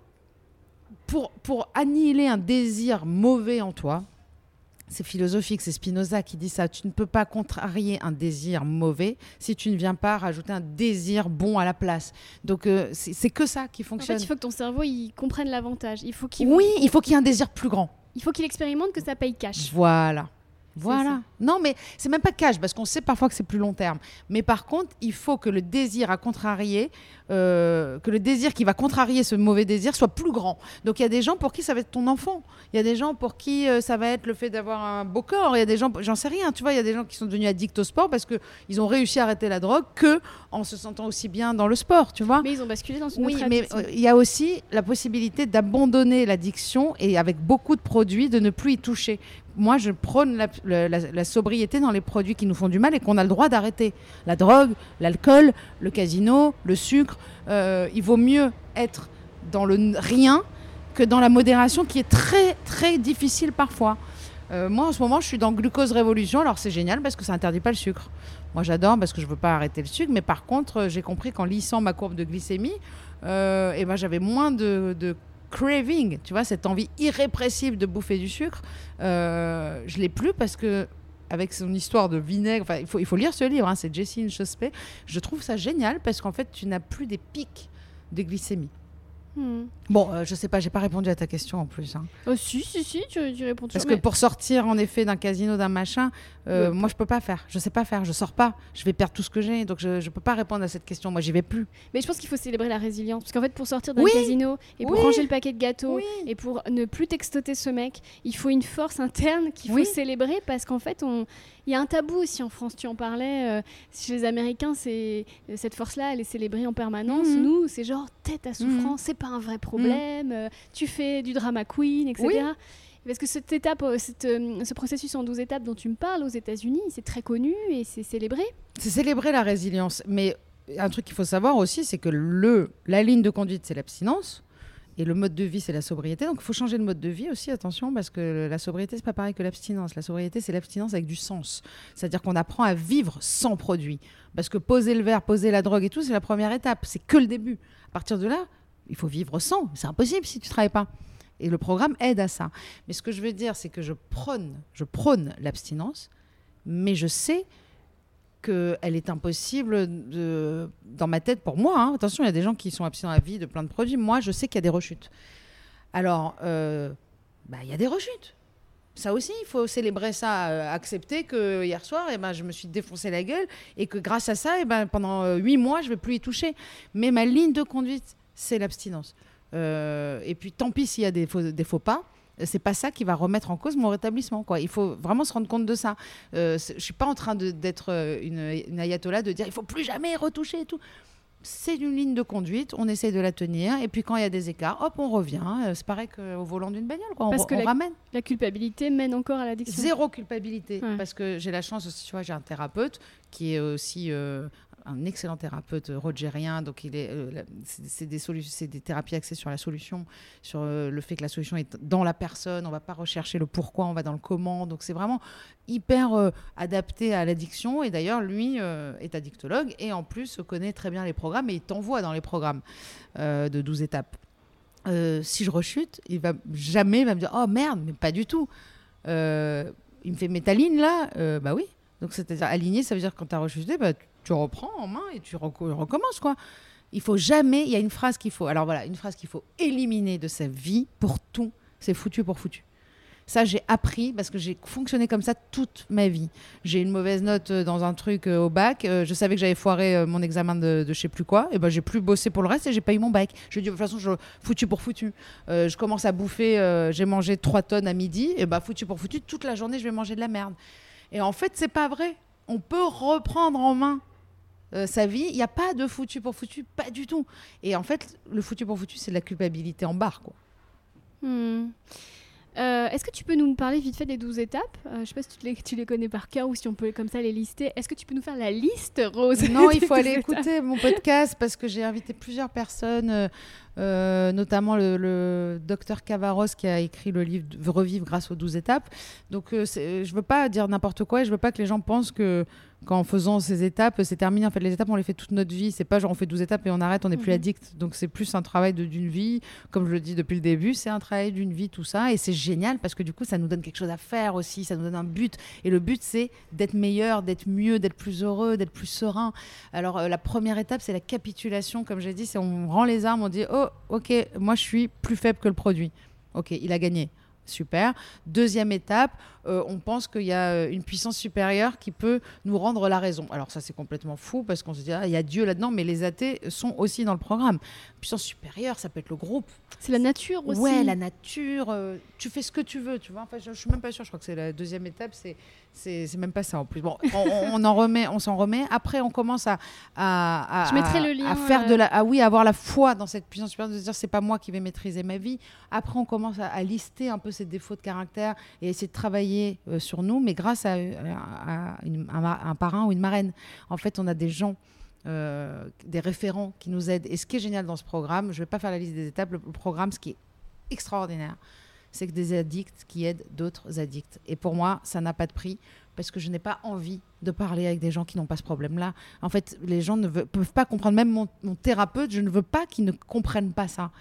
Speaker 2: pour annihiler un désir mauvais en toi. C'est philosophique, c'est Spinoza qui dit ça. Tu ne peux pas contrarier un désir mauvais si tu ne viens pas rajouter un désir bon à la place. Donc, c'est que ça qui fonctionne.
Speaker 1: En fait, il faut que ton cerveau il comprenne l'avantage. Il faut qu'il
Speaker 2: y ait un désir plus grand.
Speaker 1: Il faut qu'il expérimente que ça paye cash.
Speaker 2: Voilà. Voilà. Non, mais c'est même pas cash, parce qu'on sait parfois que c'est plus long terme. Mais par contre, il faut que le désir à contrarier, que le désir qui va contrarier ce mauvais désir soit plus grand. Donc il y a des gens pour qui ça va être ton enfant. Il y a des gens pour qui ça va être le fait d'avoir un beau corps. Il y a des gens, j'en sais rien, tu vois, il y a des gens qui sont devenus addicts au sport parce qu'ils ont réussi à arrêter la drogue que en se sentant aussi bien dans le sport, tu vois.
Speaker 1: Mais ils ont basculé dans une
Speaker 2: Oui,
Speaker 1: autre
Speaker 2: mais
Speaker 1: addiction.
Speaker 2: il y a aussi la possibilité d'abandonner l'addiction et avec beaucoup de produits, de ne plus y toucher. Moi, je prône la sobriété dans les produits qui nous font du mal et qu'on a le droit d'arrêter. La drogue, l'alcool, le casino, le sucre. Il vaut mieux être dans le rien que dans la modération qui est très, très difficile parfois. Moi, en ce moment, je suis dans Glucose Révolution. Alors, c'est génial parce que ça n'interdit pas le sucre. Moi, j'adore parce que je ne veux pas arrêter le sucre. Mais par contre, j'ai compris qu'en lissant ma courbe de glycémie, j'avais moins de craving, tu vois, cette envie irrépressible de bouffer du sucre. Je l'ai plus parce que avec son histoire de vinaigre, il faut lire ce livre, hein, c'est Jessine Chospé. Je trouve ça génial parce qu'en fait, tu n'as plus des pics de glycémie. Bon, je sais pas, j'ai pas répondu à ta question en plus. Hein.
Speaker 1: Si, tu réponds toujours.
Speaker 2: Parce que pour sortir en effet d'un casino, d'un machin, moi je peux pas faire. Je sais pas faire, je sors pas. Je vais perdre tout ce que j'ai, donc je peux pas répondre à cette question. Moi j'y vais plus.
Speaker 1: Mais je pense qu'il faut célébrer la résilience. Parce qu'en fait, pour sortir d'un casino et pour ranger le paquet de gâteaux et pour ne plus textoter ce mec, il faut une force interne qu'il faut célébrer parce qu'en fait, il y a un tabou aussi en France, tu en parlais. Chez les Américains, cette force-là, elle est célébrée en permanence. Nous, c'est genre tête à souffrance, c'est pas un vrai problème. Tu fais du drama queen, etc. Parce que cette étape, ce processus en 12 étapes dont tu me parles aux États-Unis, c'est très connu et c'est célébré.
Speaker 2: C'est célébrer la résilience. Mais un truc qu'il faut savoir aussi, c'est que la ligne de conduite, c'est l'abstinence. Et le mode de vie, c'est la sobriété. Donc, il faut changer de mode de vie aussi, attention, parce que la sobriété, c'est pas pareil que l'abstinence. La sobriété, c'est l'abstinence avec du sens. C'est-à-dire qu'on apprend à vivre sans produit. Parce que poser le verre, poser la drogue et tout, c'est la première étape. C'est que le début. À partir de là, il faut vivre sans. C'est impossible si tu travailles pas. Et le programme aide à ça. Mais ce que je veux dire, c'est que je prône l'abstinence, mais je sais qu'elle est impossible dans ma tête pour moi. Hein. Attention, il y a des gens qui sont abstinents à vie de plein de produits. Moi, je sais qu'il y a des rechutes. Alors, il y a des rechutes. Ça aussi, il faut célébrer ça, accepter que hier soir, je me suis défoncé la gueule et que grâce à ça, pendant 8 mois, je ne vais plus y toucher. Mais ma ligne de conduite, c'est l'abstinence. Et puis, tant pis s'il y a des faux pas. C'est pas ça qui va remettre en cause mon rétablissement, quoi. Il faut vraiment se rendre compte de ça. Je suis pas en train d'être une ayatollah de dire il faut plus jamais retoucher et tout. C'est une ligne de conduite, on essaie de la tenir et puis quand il y a des écarts, hop, on revient. C'est pareil qu'au volant d'une bagnole, quoi.
Speaker 1: Parce que
Speaker 2: on ramène.
Speaker 1: La culpabilité mène encore à l'addiction.
Speaker 2: Zéro culpabilité, parce que j'ai la chance aussi, tu vois, j'ai un thérapeute qui est aussi un excellent thérapeute rogérien, donc c'est des thérapies axées sur la solution, sur le fait que la solution est dans la personne, on ne va pas rechercher le pourquoi, on va dans le comment, donc c'est vraiment hyper adapté à l'addiction, et d'ailleurs lui est addictologue et en plus connaît très bien les programmes et il t'envoie dans les programmes de 12 étapes. Si je rechute, il va me dire oh merde, mais pas du tout. Il me fait métaline là, bah oui. Donc c'est-à-dire aligné, ça veut dire que quand tu as rechuté, tu reprends en main et tu recommences, quoi. Il faut jamais, il y a une phrase qu'il faut éliminer de sa vie pour tout, c'est foutu pour foutu. Ça, j'ai appris parce que j'ai fonctionné comme ça toute ma vie. J'ai une mauvaise note dans un truc au bac. Je savais que j'avais foiré mon examen de je sais plus quoi. Et j'ai plus bossé pour le reste et j'ai pas eu mon bac. Je dis de toute façon, foutu pour foutu. Je commence à bouffer. J'ai mangé 3 tonnes à midi. Et foutu pour foutu. Toute la journée, je vais manger de la merde. Et en fait, c'est pas vrai. On peut reprendre en main sa vie. Il n'y a pas de foutu pour foutu, pas du tout. Et en fait, le foutu pour foutu, c'est de la culpabilité en barre, quoi.
Speaker 1: Est-ce que tu peux nous parler vite fait des 12 étapes ? Je ne sais pas si tu les connais par cœur ou si on peut comme ça les lister. Est-ce que tu peux nous faire la liste, Rose ?
Speaker 2: Non, il faut aller écouter mon podcast parce que j'ai invité plusieurs personnes, notamment le docteur Cavaros qui a écrit le livre « Revivre grâce aux 12 étapes ». Donc, je ne veux pas dire n'importe quoi et je ne veux pas que les gens pensent qu'en faisant ces étapes, c'est terminé. En fait, les étapes, on les fait toute notre vie. C'est pas genre on fait 12 étapes et on arrête, on n'est plus addict. Donc, c'est plus un travail d'une vie. Comme je le dis depuis le début, c'est un travail d'une vie, tout ça. Et c'est génial parce que du coup, ça nous donne quelque chose à faire aussi. Ça nous donne un but. Et le but, c'est d'être meilleur, d'être mieux, d'être plus heureux, d'être plus serein. Alors, la première étape, c'est la capitulation. Comme j'ai dit, c'est on rend les armes, on dit « Oh, ok, moi, je suis plus faible que le produit. Ok, il a gagné. Super. Deuxième étape, on pense qu'il y a une puissance supérieure qui peut nous rendre la raison. Alors ça, c'est complètement fou parce qu'on se dit, il y a Dieu là-dedans, mais les athées sont aussi dans le programme. Puissance supérieure, ça peut être le groupe.
Speaker 1: C'est la nature aussi.
Speaker 2: Ouais, la nature. Tu fais ce que tu veux, tu vois. Enfin, je ne suis même pas sûre. Je crois que c'est la deuxième étape. C'est même pas ça en plus. Bon, on s'en remet. Après, on commence
Speaker 1: Je mettrai le lien,
Speaker 2: à faire avoir la foi dans cette puissance supérieure, de se dire c'est pas moi qui vais maîtriser ma vie. Après, on commence à lister un peu ces défauts de caractère et essayer de travailler sur nous, mais grâce à un parrain ou une marraine. En fait, on a des gens, des référents qui nous aident. Et ce qui est génial dans ce programme, je ne vais pas faire la liste des étapes, le programme, ce qui est extraordinaire, c'est que des addicts qui aident d'autres addicts. Et pour moi, ça n'a pas de prix parce que je n'ai pas envie de parler avec des gens qui n'ont pas ce problème-là. En fait, les gens ne peuvent pas comprendre. Même mon thérapeute, je ne veux pas qu'ils ne comprennent pas ça.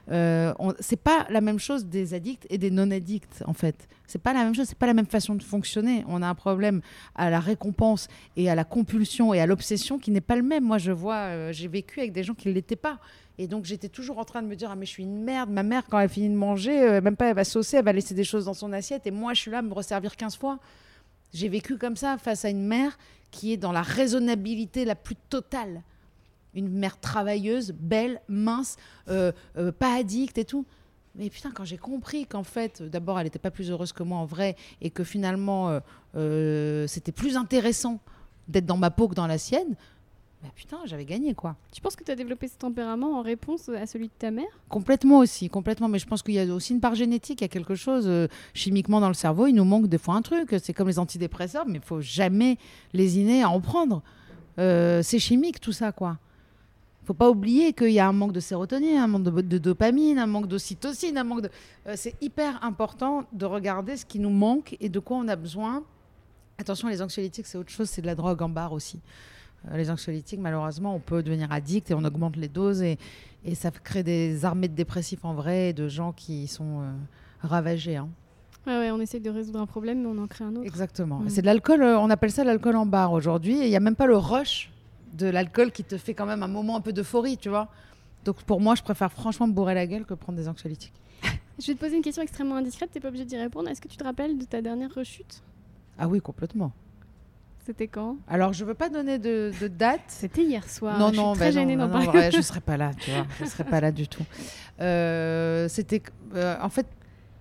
Speaker 2: C'est pas la même chose des addicts et des non-addicts, en fait. C'est pas la même chose, c'est pas la même façon de fonctionner. On a un problème à la récompense et à la compulsion et à l'obsession qui n'est pas le même. Moi, je vois, j'ai vécu avec des gens qui ne l'étaient pas. Et donc, j'étais toujours en train de me dire, ah, mais je suis une merde. Ma mère, quand elle finit de manger, même pas, elle va saucer, elle va laisser des choses dans son assiette. Et moi, je suis là à me resservir 15 fois. J'ai vécu comme ça face à une mère qui est dans la raisonnabilité la plus totale. Une mère travailleuse, belle, mince, pas addicte et tout. Mais putain, quand j'ai compris qu'en fait, d'abord, elle n'était pas plus heureuse que moi en vrai et que finalement, c'était plus intéressant d'être dans ma peau que dans la sienne, bah putain, j'avais gagné, quoi.
Speaker 1: Tu penses que tu as développé ce tempérament en réponse à celui de ta mère ?
Speaker 2: Complètement aussi, complètement. Mais je pense qu'il y a aussi une part génétique, il y a quelque chose chimiquement dans le cerveau. Il nous manque des fois un truc. C'est comme les antidépresseurs, mais il ne faut jamais lésiner à en prendre. C'est chimique, tout ça, quoi. Faut pas oublier qu'il y a un manque de sérotonine, un manque de dopamine, un manque d'ocytocine, c'est hyper important de regarder ce qui nous manque et de quoi on a besoin. Attention, les anxiolytiques, c'est autre chose, c'est de la drogue en barre aussi. Les anxiolytiques, malheureusement, on peut devenir addict et on augmente les doses et ça crée des armées de dépressifs en vrai et de gens qui sont ravagés. Hein.
Speaker 1: Ouais, on essaie de résoudre un problème, mais on en crée un autre.
Speaker 2: Exactement. C'est de l'alcool, on appelle ça l'alcool en barre aujourd'hui. Et il n'y a même pas le rush de l'alcool qui te fait quand même un moment un peu d'euphorie, tu vois. Donc pour moi, je préfère franchement me bourrer la gueule que prendre des anxiolytiques.
Speaker 1: Je vais te poser une question extrêmement indiscrète, t'es pas obligé d'y répondre. Est-ce que tu te rappelles de ta dernière rechute ?
Speaker 2: Ah oui, complètement.
Speaker 1: C'était quand ?
Speaker 2: Alors, je veux pas donner de date.
Speaker 1: C'était hier soir.
Speaker 2: Non,
Speaker 1: je suis très gênée d'en parler.
Speaker 2: Ouais, je serais pas là, tu vois. Je serais pas là du tout. C'était... en fait,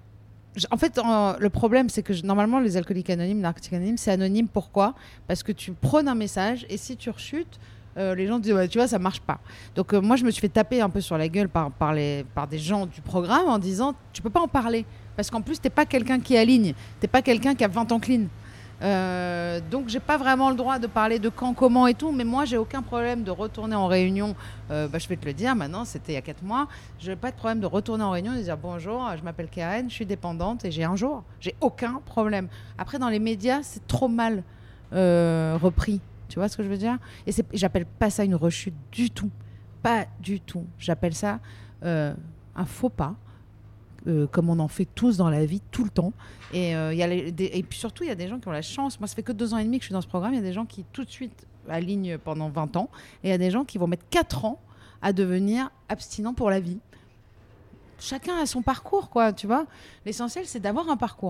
Speaker 2: le problème, c'est que normalement, les alcooliques anonymes, narcotiques anonymes, c'est anonyme. Pourquoi ? Parce que tu prônes un message et si tu rechutes, les gens disent, ouais, tu vois, ça marche pas. Donc, moi, je me suis fait taper un peu sur la gueule par des gens du programme en disant, tu peux pas en parler. Parce qu'en plus, t'es pas quelqu'un qui aligne. T'es pas quelqu'un qui a 20 ans clean. Donc j'ai pas vraiment le droit de parler de quand, comment et tout, mais moi j'ai aucun problème de retourner en réunion. Je vais te le dire maintenant, c'était il y a 4 mois. Je n'ai pas de problème de retourner en réunion et de dire bonjour, je m'appelle Karen, je suis dépendante et j'ai un jour. J'ai aucun problème. Après dans les médias c'est trop mal repris. Tu vois ce que je veux dire ? Et j'appelle pas ça une rechute du tout. Pas du tout. J'appelle ça un faux pas. Comme on en fait tous dans la vie, tout le temps. Et puis surtout, il y a des gens qui ont la chance. Moi, ça fait que 2 ans et demi que je suis dans ce programme. Il y a des gens qui, tout de suite, alignent pendant 20 ans. Et il y a des gens qui vont mettre 4 ans à devenir abstinents pour la vie. Chacun a son parcours, quoi, tu vois. L'essentiel, c'est d'avoir un parcours.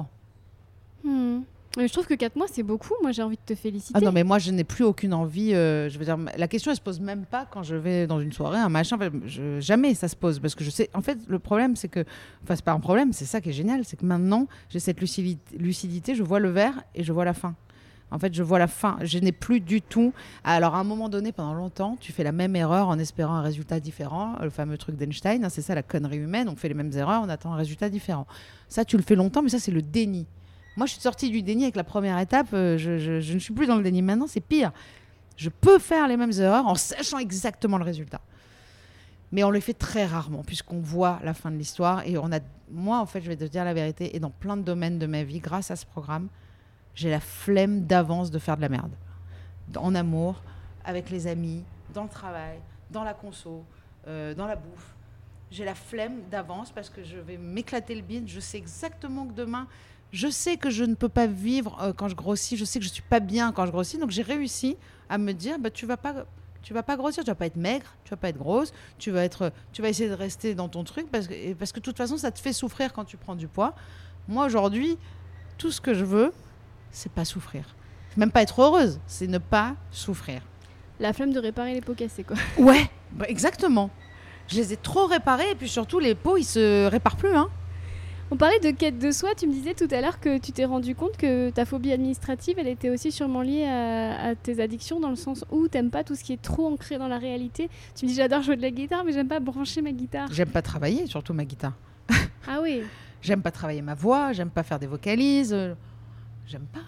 Speaker 1: Mais je trouve que 4 mois, c'est beaucoup. Moi, j'ai envie de te féliciter.
Speaker 2: Ah non, mais moi, je n'ai plus aucune envie. Je veux dire, la question, elle se pose même pas quand je vais dans une soirée, un machin. Jamais ça se pose. Parce que je sais. En fait, le problème, c'est que. Enfin, c'est pas un problème, c'est ça qui est génial. C'est que maintenant, j'ai cette lucidité. Je vois le verre et je vois la fin. En fait, je vois la fin. Je n'ai plus du tout. Alors, à un moment donné, pendant longtemps, tu fais la même erreur en espérant un résultat différent. Le fameux truc d'Einstein, hein, c'est ça la connerie humaine. On fait les mêmes erreurs, on attend un résultat différent. Ça, tu le fais longtemps, mais ça, c'est le déni. Moi, je suis sortie du déni avec la première étape. Je ne suis plus dans le déni. Maintenant, c'est pire. Je peux faire les mêmes erreurs en sachant exactement le résultat. Mais on le fait très rarement, puisqu'on voit la fin de l'histoire. Et moi, en fait, je vais te dire la vérité, et dans plein de domaines de ma vie, grâce à ce programme, j'ai la flemme d'avance de faire de la merde. En amour, avec les amis, dans le travail, dans la conso, dans la bouffe. J'ai la flemme d'avance parce que je vais m'éclater le bide. Je sais exactement que demain... Je sais que je ne peux pas vivre quand je grossis. Je sais que je ne suis pas bien quand je grossis. Donc, j'ai réussi à me dire, tu ne vas pas grossir, tu ne vas pas être maigre, tu ne vas pas être grosse. Tu vas essayer de rester dans ton truc parce que de toute façon, ça te fait souffrir quand tu prends du poids. Moi, aujourd'hui, tout ce que je veux, c'est pas souffrir. Même pas être heureuse, c'est ne pas souffrir.
Speaker 1: La flemme de réparer les pots cassés, quoi.
Speaker 2: Ouais, exactement. Je les ai trop réparés et puis surtout, les pots, ils se réparent plus, hein.
Speaker 1: On parlait de quête de soi, tu me disais tout à l'heure que tu t'es rendu compte que ta phobie administrative, elle était aussi sûrement liée à tes addictions, dans le sens où t'aimes pas tout ce qui est trop ancré dans la réalité. Tu me dis j'adore jouer de la guitare, mais j'aime pas brancher ma guitare.
Speaker 2: J'aime pas travailler, surtout ma guitare.
Speaker 1: Ah oui.
Speaker 2: J'aime pas travailler ma voix, j'aime pas faire des vocalises. J'aime pas.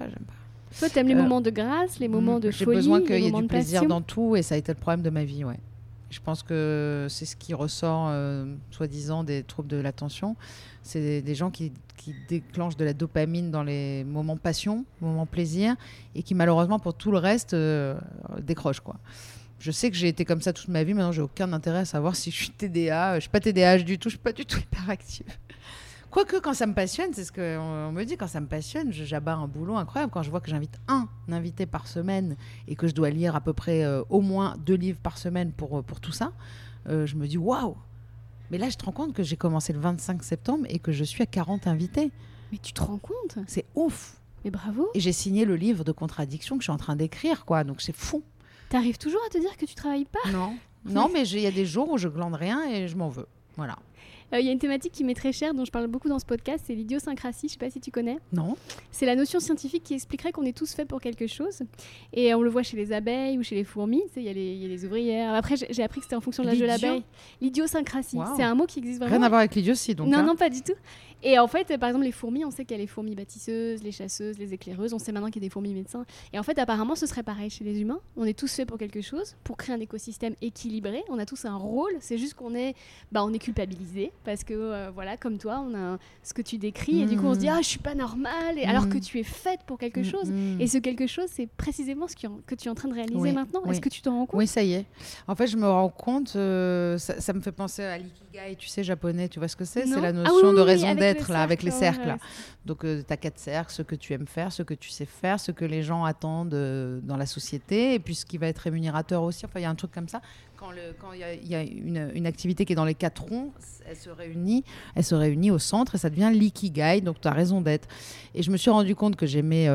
Speaker 1: Toi, t'aimes les moments de grâce, les moments de
Speaker 2: J'ai
Speaker 1: folie,
Speaker 2: besoin
Speaker 1: les
Speaker 2: qu'il y ait
Speaker 1: moments
Speaker 2: du
Speaker 1: de
Speaker 2: plaisir
Speaker 1: passion.
Speaker 2: dans tout et ça a été le problème de ma vie, ouais. Je pense que c'est ce qui ressort, soi-disant, des troubles de l'attention. C'est des gens qui déclenchent de la dopamine dans les moments passion, moments plaisir, et qui malheureusement, pour tout le reste, décrochent, quoi. Je sais que j'ai été comme ça toute ma vie. Maintenant, j'ai aucun intérêt à savoir si je suis TDA. Je suis pas TDAH du tout. Je suis pas du tout hyperactive. Quoique, quand ça me passionne, c'est ce qu'on me dit, quand ça me passionne, j'abats un boulot incroyable. Quand je vois que j'invite un invité par semaine et que je dois lire à peu près au moins 2 livres par semaine pour tout ça, je me dis waouh. Mais là, je te rends compte que j'ai commencé le 25 septembre et que je suis à 40 invités.
Speaker 1: Mais tu te rends compte?
Speaker 2: C'est ouf.
Speaker 1: Mais bravo.
Speaker 2: Et j'ai signé le livre de contradictions que je suis en train d'écrire, quoi. Donc, c'est fou.
Speaker 1: T'arrives toujours à te dire que tu travailles pas?
Speaker 2: Non, mais il y a des jours où je glande rien et je m'en veux. Voilà.
Speaker 1: Il y a une thématique qui m'est très chère, dont je parle beaucoup dans ce podcast, c'est l'idiosyncrasie. Je sais pas si tu connais.
Speaker 2: Non.
Speaker 1: C'est la notion scientifique qui expliquerait qu'on est tous faits pour quelque chose. Et on le voit chez les abeilles ou chez les fourmis. Il y a les ouvrières. Après, j'ai appris que c'était en fonction de l'âge de l'abeille. L'idiosyncrasie. Wow. C'est un mot qui existe vraiment.
Speaker 2: Rien à voir avec l'idiotie, donc.
Speaker 1: Non, pas du tout. Et en fait, par exemple, les fourmis, on sait qu'il y a les fourmis bâtisseuses, les chasseuses, les éclaireuses. On sait maintenant qu'il y a des fourmis médecins. Et en fait, apparemment, ce serait pareil chez les humains. On est tous faits pour quelque chose, pour créer un écosystème équilibré. On a tous un rôle. C'est juste qu'on est, on est culpabilisé parce que, voilà, comme toi, on a ce que tu décris. Et du coup, on se dit, je suis pas normale. Alors que tu es faite pour quelque chose. Et ce quelque chose, c'est précisément ce que tu es en train de réaliser maintenant. Est-ce que tu t'en rends compte?
Speaker 2: Oui, ça y est. En fait, je me rends compte, ça me fait penser à l'ikigai, tu sais, japonais. Tu vois ce que c'est? C'est la notion de raison d'être. Là, avec les cercles. Là. Donc, tu as 4 cercles, ce que tu aimes faire, ce que tu sais faire, ce que les gens attendent dans la société, et puis ce qui va être rémunérateur aussi. Enfin, il y a un truc comme ça. Quand il y a une activité qui est dans les 4 ronds, elle se réunit au centre et ça devient l'ikigai, donc tu as raison d'être. Et je me suis rendu compte que j'aimais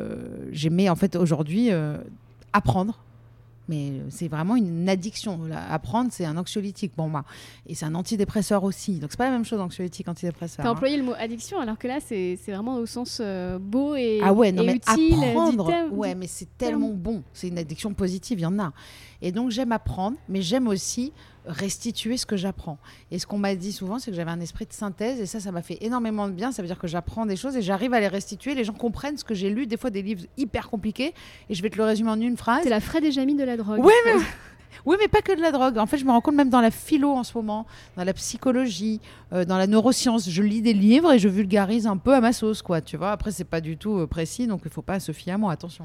Speaker 2: en fait, aujourd'hui, apprendre. Mais c'est vraiment une addiction. Apprendre, c'est un anxiolytique pour moi. Et c'est un antidépresseur aussi. Donc, c'est pas la même chose, anxiolytique, antidépresseur.
Speaker 1: Tu as employé le mot addiction, alors que là, c'est vraiment au sens beau et,
Speaker 2: mais
Speaker 1: utile.
Speaker 2: Apprendre, mais c'est tellement bon. C'est une addiction positive, il y en a. Et donc, j'aime apprendre, mais j'aime aussi restituer ce que j'apprends. Et ce qu'on m'a dit souvent, c'est que j'avais un esprit de synthèse. Et ça m'a fait énormément de bien. Ça veut dire que j'apprends des choses et j'arrive à les restituer. Les gens comprennent ce que j'ai lu. Des fois, des livres hyper compliqués. Et je vais te le résumer en une phrase.
Speaker 1: C'est la Fred et Jamie de la drogue.
Speaker 2: Oui, mais pas que de la drogue. En fait, je me rends compte même dans la philo en ce moment, dans la psychologie, dans la neuroscience. Je lis des livres et je vulgarise un peu à ma sauce, quoi. Tu vois. Après, c'est pas du tout précis, donc il faut pas se fier à moi. Attention.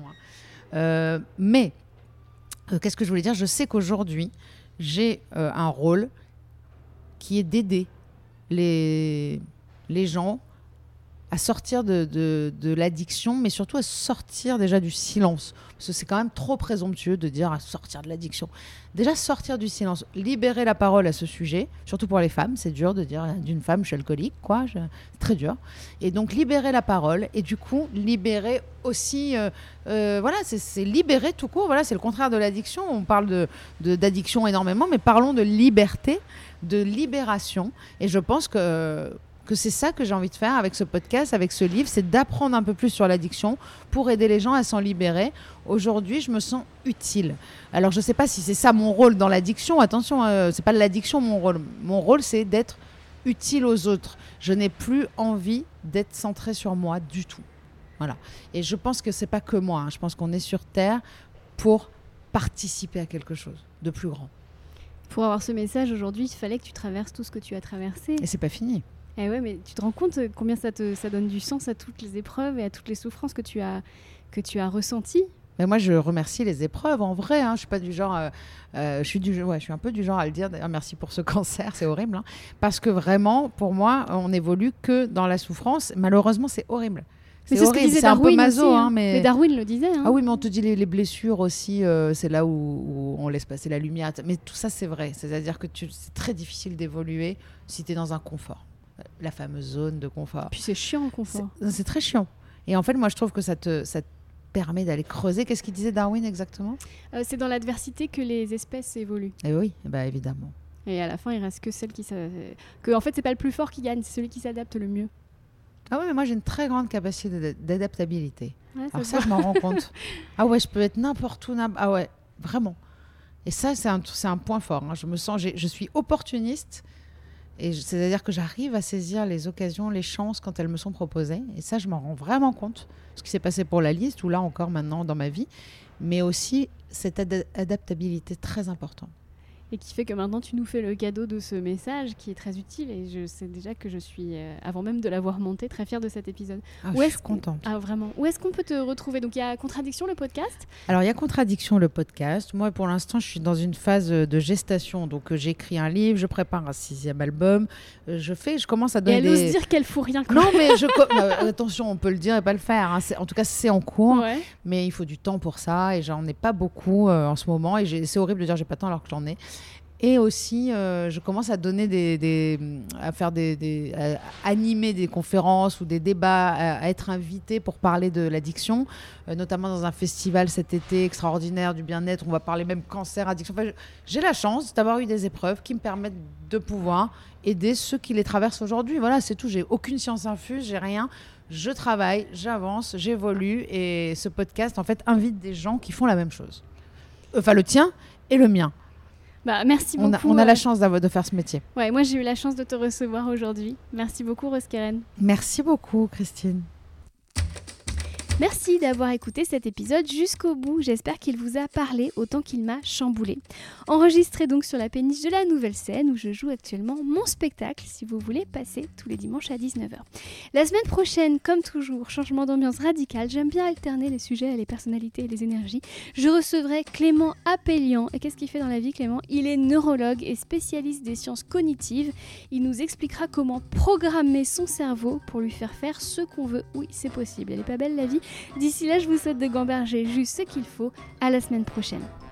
Speaker 2: Mais qu'est-ce que je voulais dire? Je sais qu'aujourd'hui, j'ai un rôle qui est d'aider les gens à sortir de l'addiction, mais surtout à sortir déjà du silence. Parce que c'est quand même trop présomptueux de dire à sortir de l'addiction. Déjà sortir du silence, libérer la parole à ce sujet, surtout pour les femmes, c'est dur de dire d'une femme je suis alcoolique, quoi, c'est très dur. Et donc libérer la parole et du coup libérer aussi, voilà, c'est libérer tout court, voilà, c'est le contraire de l'addiction. On parle d'addiction énormément, mais parlons de liberté, de libération. Et je pense que c'est ça que j'ai envie de faire avec ce podcast, avec ce livre, c'est d'apprendre un peu plus sur l'addiction pour aider les gens à s'en libérer. Aujourd'hui, je me sens utile. Alors, je ne sais pas si c'est ça mon rôle dans l'addiction. Attention, c'est pas l'addiction mon rôle. Mon rôle, c'est d'être utile aux autres. Je n'ai plus envie d'être centrée sur moi du tout. Voilà. Et je pense que c'est pas que moi. Je pense qu'on est sur Terre pour participer à quelque chose de plus grand.
Speaker 1: Pour avoir ce message aujourd'hui, il fallait que tu traverses tout ce que tu as traversé.
Speaker 2: Et c'est pas fini.
Speaker 1: Eh ouais, mais tu te rends compte combien ça donne du sens à toutes les épreuves et à toutes les souffrances que tu as ressenties?
Speaker 2: Mais moi, je remercie les épreuves, en vrai. Je suis pas du genre... je suis un peu du genre à le dire. D'ailleurs, merci pour ce cancer, c'est horrible. Parce que vraiment, pour moi, on n'évolue que dans la souffrance. Malheureusement, c'est horrible. C'est horrible, c'est un peu maso.
Speaker 1: Aussi, mais Darwin le disait.
Speaker 2: Ah oui, mais on te dit les blessures aussi, c'est là où on laisse passer la lumière. Mais tout ça, c'est vrai. C'est-à-dire que c'est très difficile d'évoluer si tu es dans un confort. la fameuse zone de confort.
Speaker 1: Puis c'est chiant, le confort.
Speaker 2: C'est très chiant. Et en fait, moi, je trouve que ça te permet d'aller creuser. Qu'est-ce qu'il disait Darwin exactement ?
Speaker 1: C'est dans l'adversité que les espèces évoluent.
Speaker 2: Et oui, bah, évidemment.
Speaker 1: Et à la fin, il reste que celle qui que en fait, c'est pas le plus fort qui gagne, c'est celui qui s'adapte le mieux.
Speaker 2: Ah ouais, mais moi, j'ai une très grande capacité d'adaptabilité.
Speaker 1: Ouais,
Speaker 2: Alors ça, je m'en rends compte. Ah ouais, je peux être n'importe où. Ah ouais, vraiment. Et ça, c'est un point fort. Hein. Je suis opportuniste. C'est-à-dire que j'arrive à saisir les occasions, les chances quand elles me sont proposées. Et ça, je m'en rends vraiment compte. Ce qui s'est passé pour la liste, ou là encore maintenant dans ma vie. Mais aussi cette adaptabilité très importante.
Speaker 1: Et qui fait que maintenant, tu nous fais le cadeau de ce message qui est très utile. Et je sais déjà que je suis, avant même de l'avoir monté, très fière de cet épisode.
Speaker 2: Je suis contente.
Speaker 1: Ah, vraiment. Où est-ce qu'on peut te retrouver ? Donc, il y a Contradiction, le podcast ?
Speaker 2: Alors, il y a Contradiction, le podcast. Moi, pour l'instant, je suis dans une phase de gestation. Donc, j'écris un livre, je prépare un 6e album. Je commence à donner
Speaker 1: et elle ose dire qu'elle ne fout rien. Quoi.
Speaker 2: Non, mais attention, on peut le dire et pas le faire. Hein. En tout cas, c'est en cours.
Speaker 1: Ouais.
Speaker 2: Mais il faut du temps pour ça. Et j'en ai pas beaucoup en ce moment. Et c'est horrible de dire que j'ai pas de temps alors que j'en ai. Et aussi, je commence à donner à animer des conférences ou des débats, à être invitée pour parler de l'addiction, notamment dans un festival cet été extraordinaire du bien-être. On va parler même cancer, addiction. Enfin, j'ai la chance d'avoir eu des épreuves qui me permettent de pouvoir aider ceux qui les traversent aujourd'hui. Voilà, c'est tout. J'ai aucune science infuse, j'ai rien. Je travaille, j'avance, j'évolue. Et ce podcast, en fait, invite des gens qui font la même chose. Enfin, le tien et le mien.
Speaker 1: Bah, merci beaucoup.
Speaker 2: On a la chance de faire ce métier.
Speaker 1: Ouais, moi j'ai eu la chance de te recevoir aujourd'hui. Merci beaucoup, Rose Keren.
Speaker 2: Merci beaucoup, Christine.
Speaker 1: Merci d'avoir écouté cet épisode jusqu'au bout. J'espère qu'il vous a parlé autant qu'il m'a chamboulé. Enregistré donc sur la péniche de la Nouvelle-Seine où je joue actuellement mon spectacle si vous voulez passer tous les dimanches à 19h. La semaine prochaine, comme toujours, changement d'ambiance radical. J'aime bien alterner les sujets, les personnalités et les énergies. Je recevrai Clément Appelian. Et qu'est-ce qu'il fait dans la vie, Clément ? Il est neurologue et spécialiste des sciences cognitives. Il nous expliquera comment programmer son cerveau pour lui faire faire ce qu'on veut. Oui, c'est possible. Elle est pas belle la vie ? D'ici là, je vous souhaite de gamberger juste ce qu'il faut. À la semaine prochaine.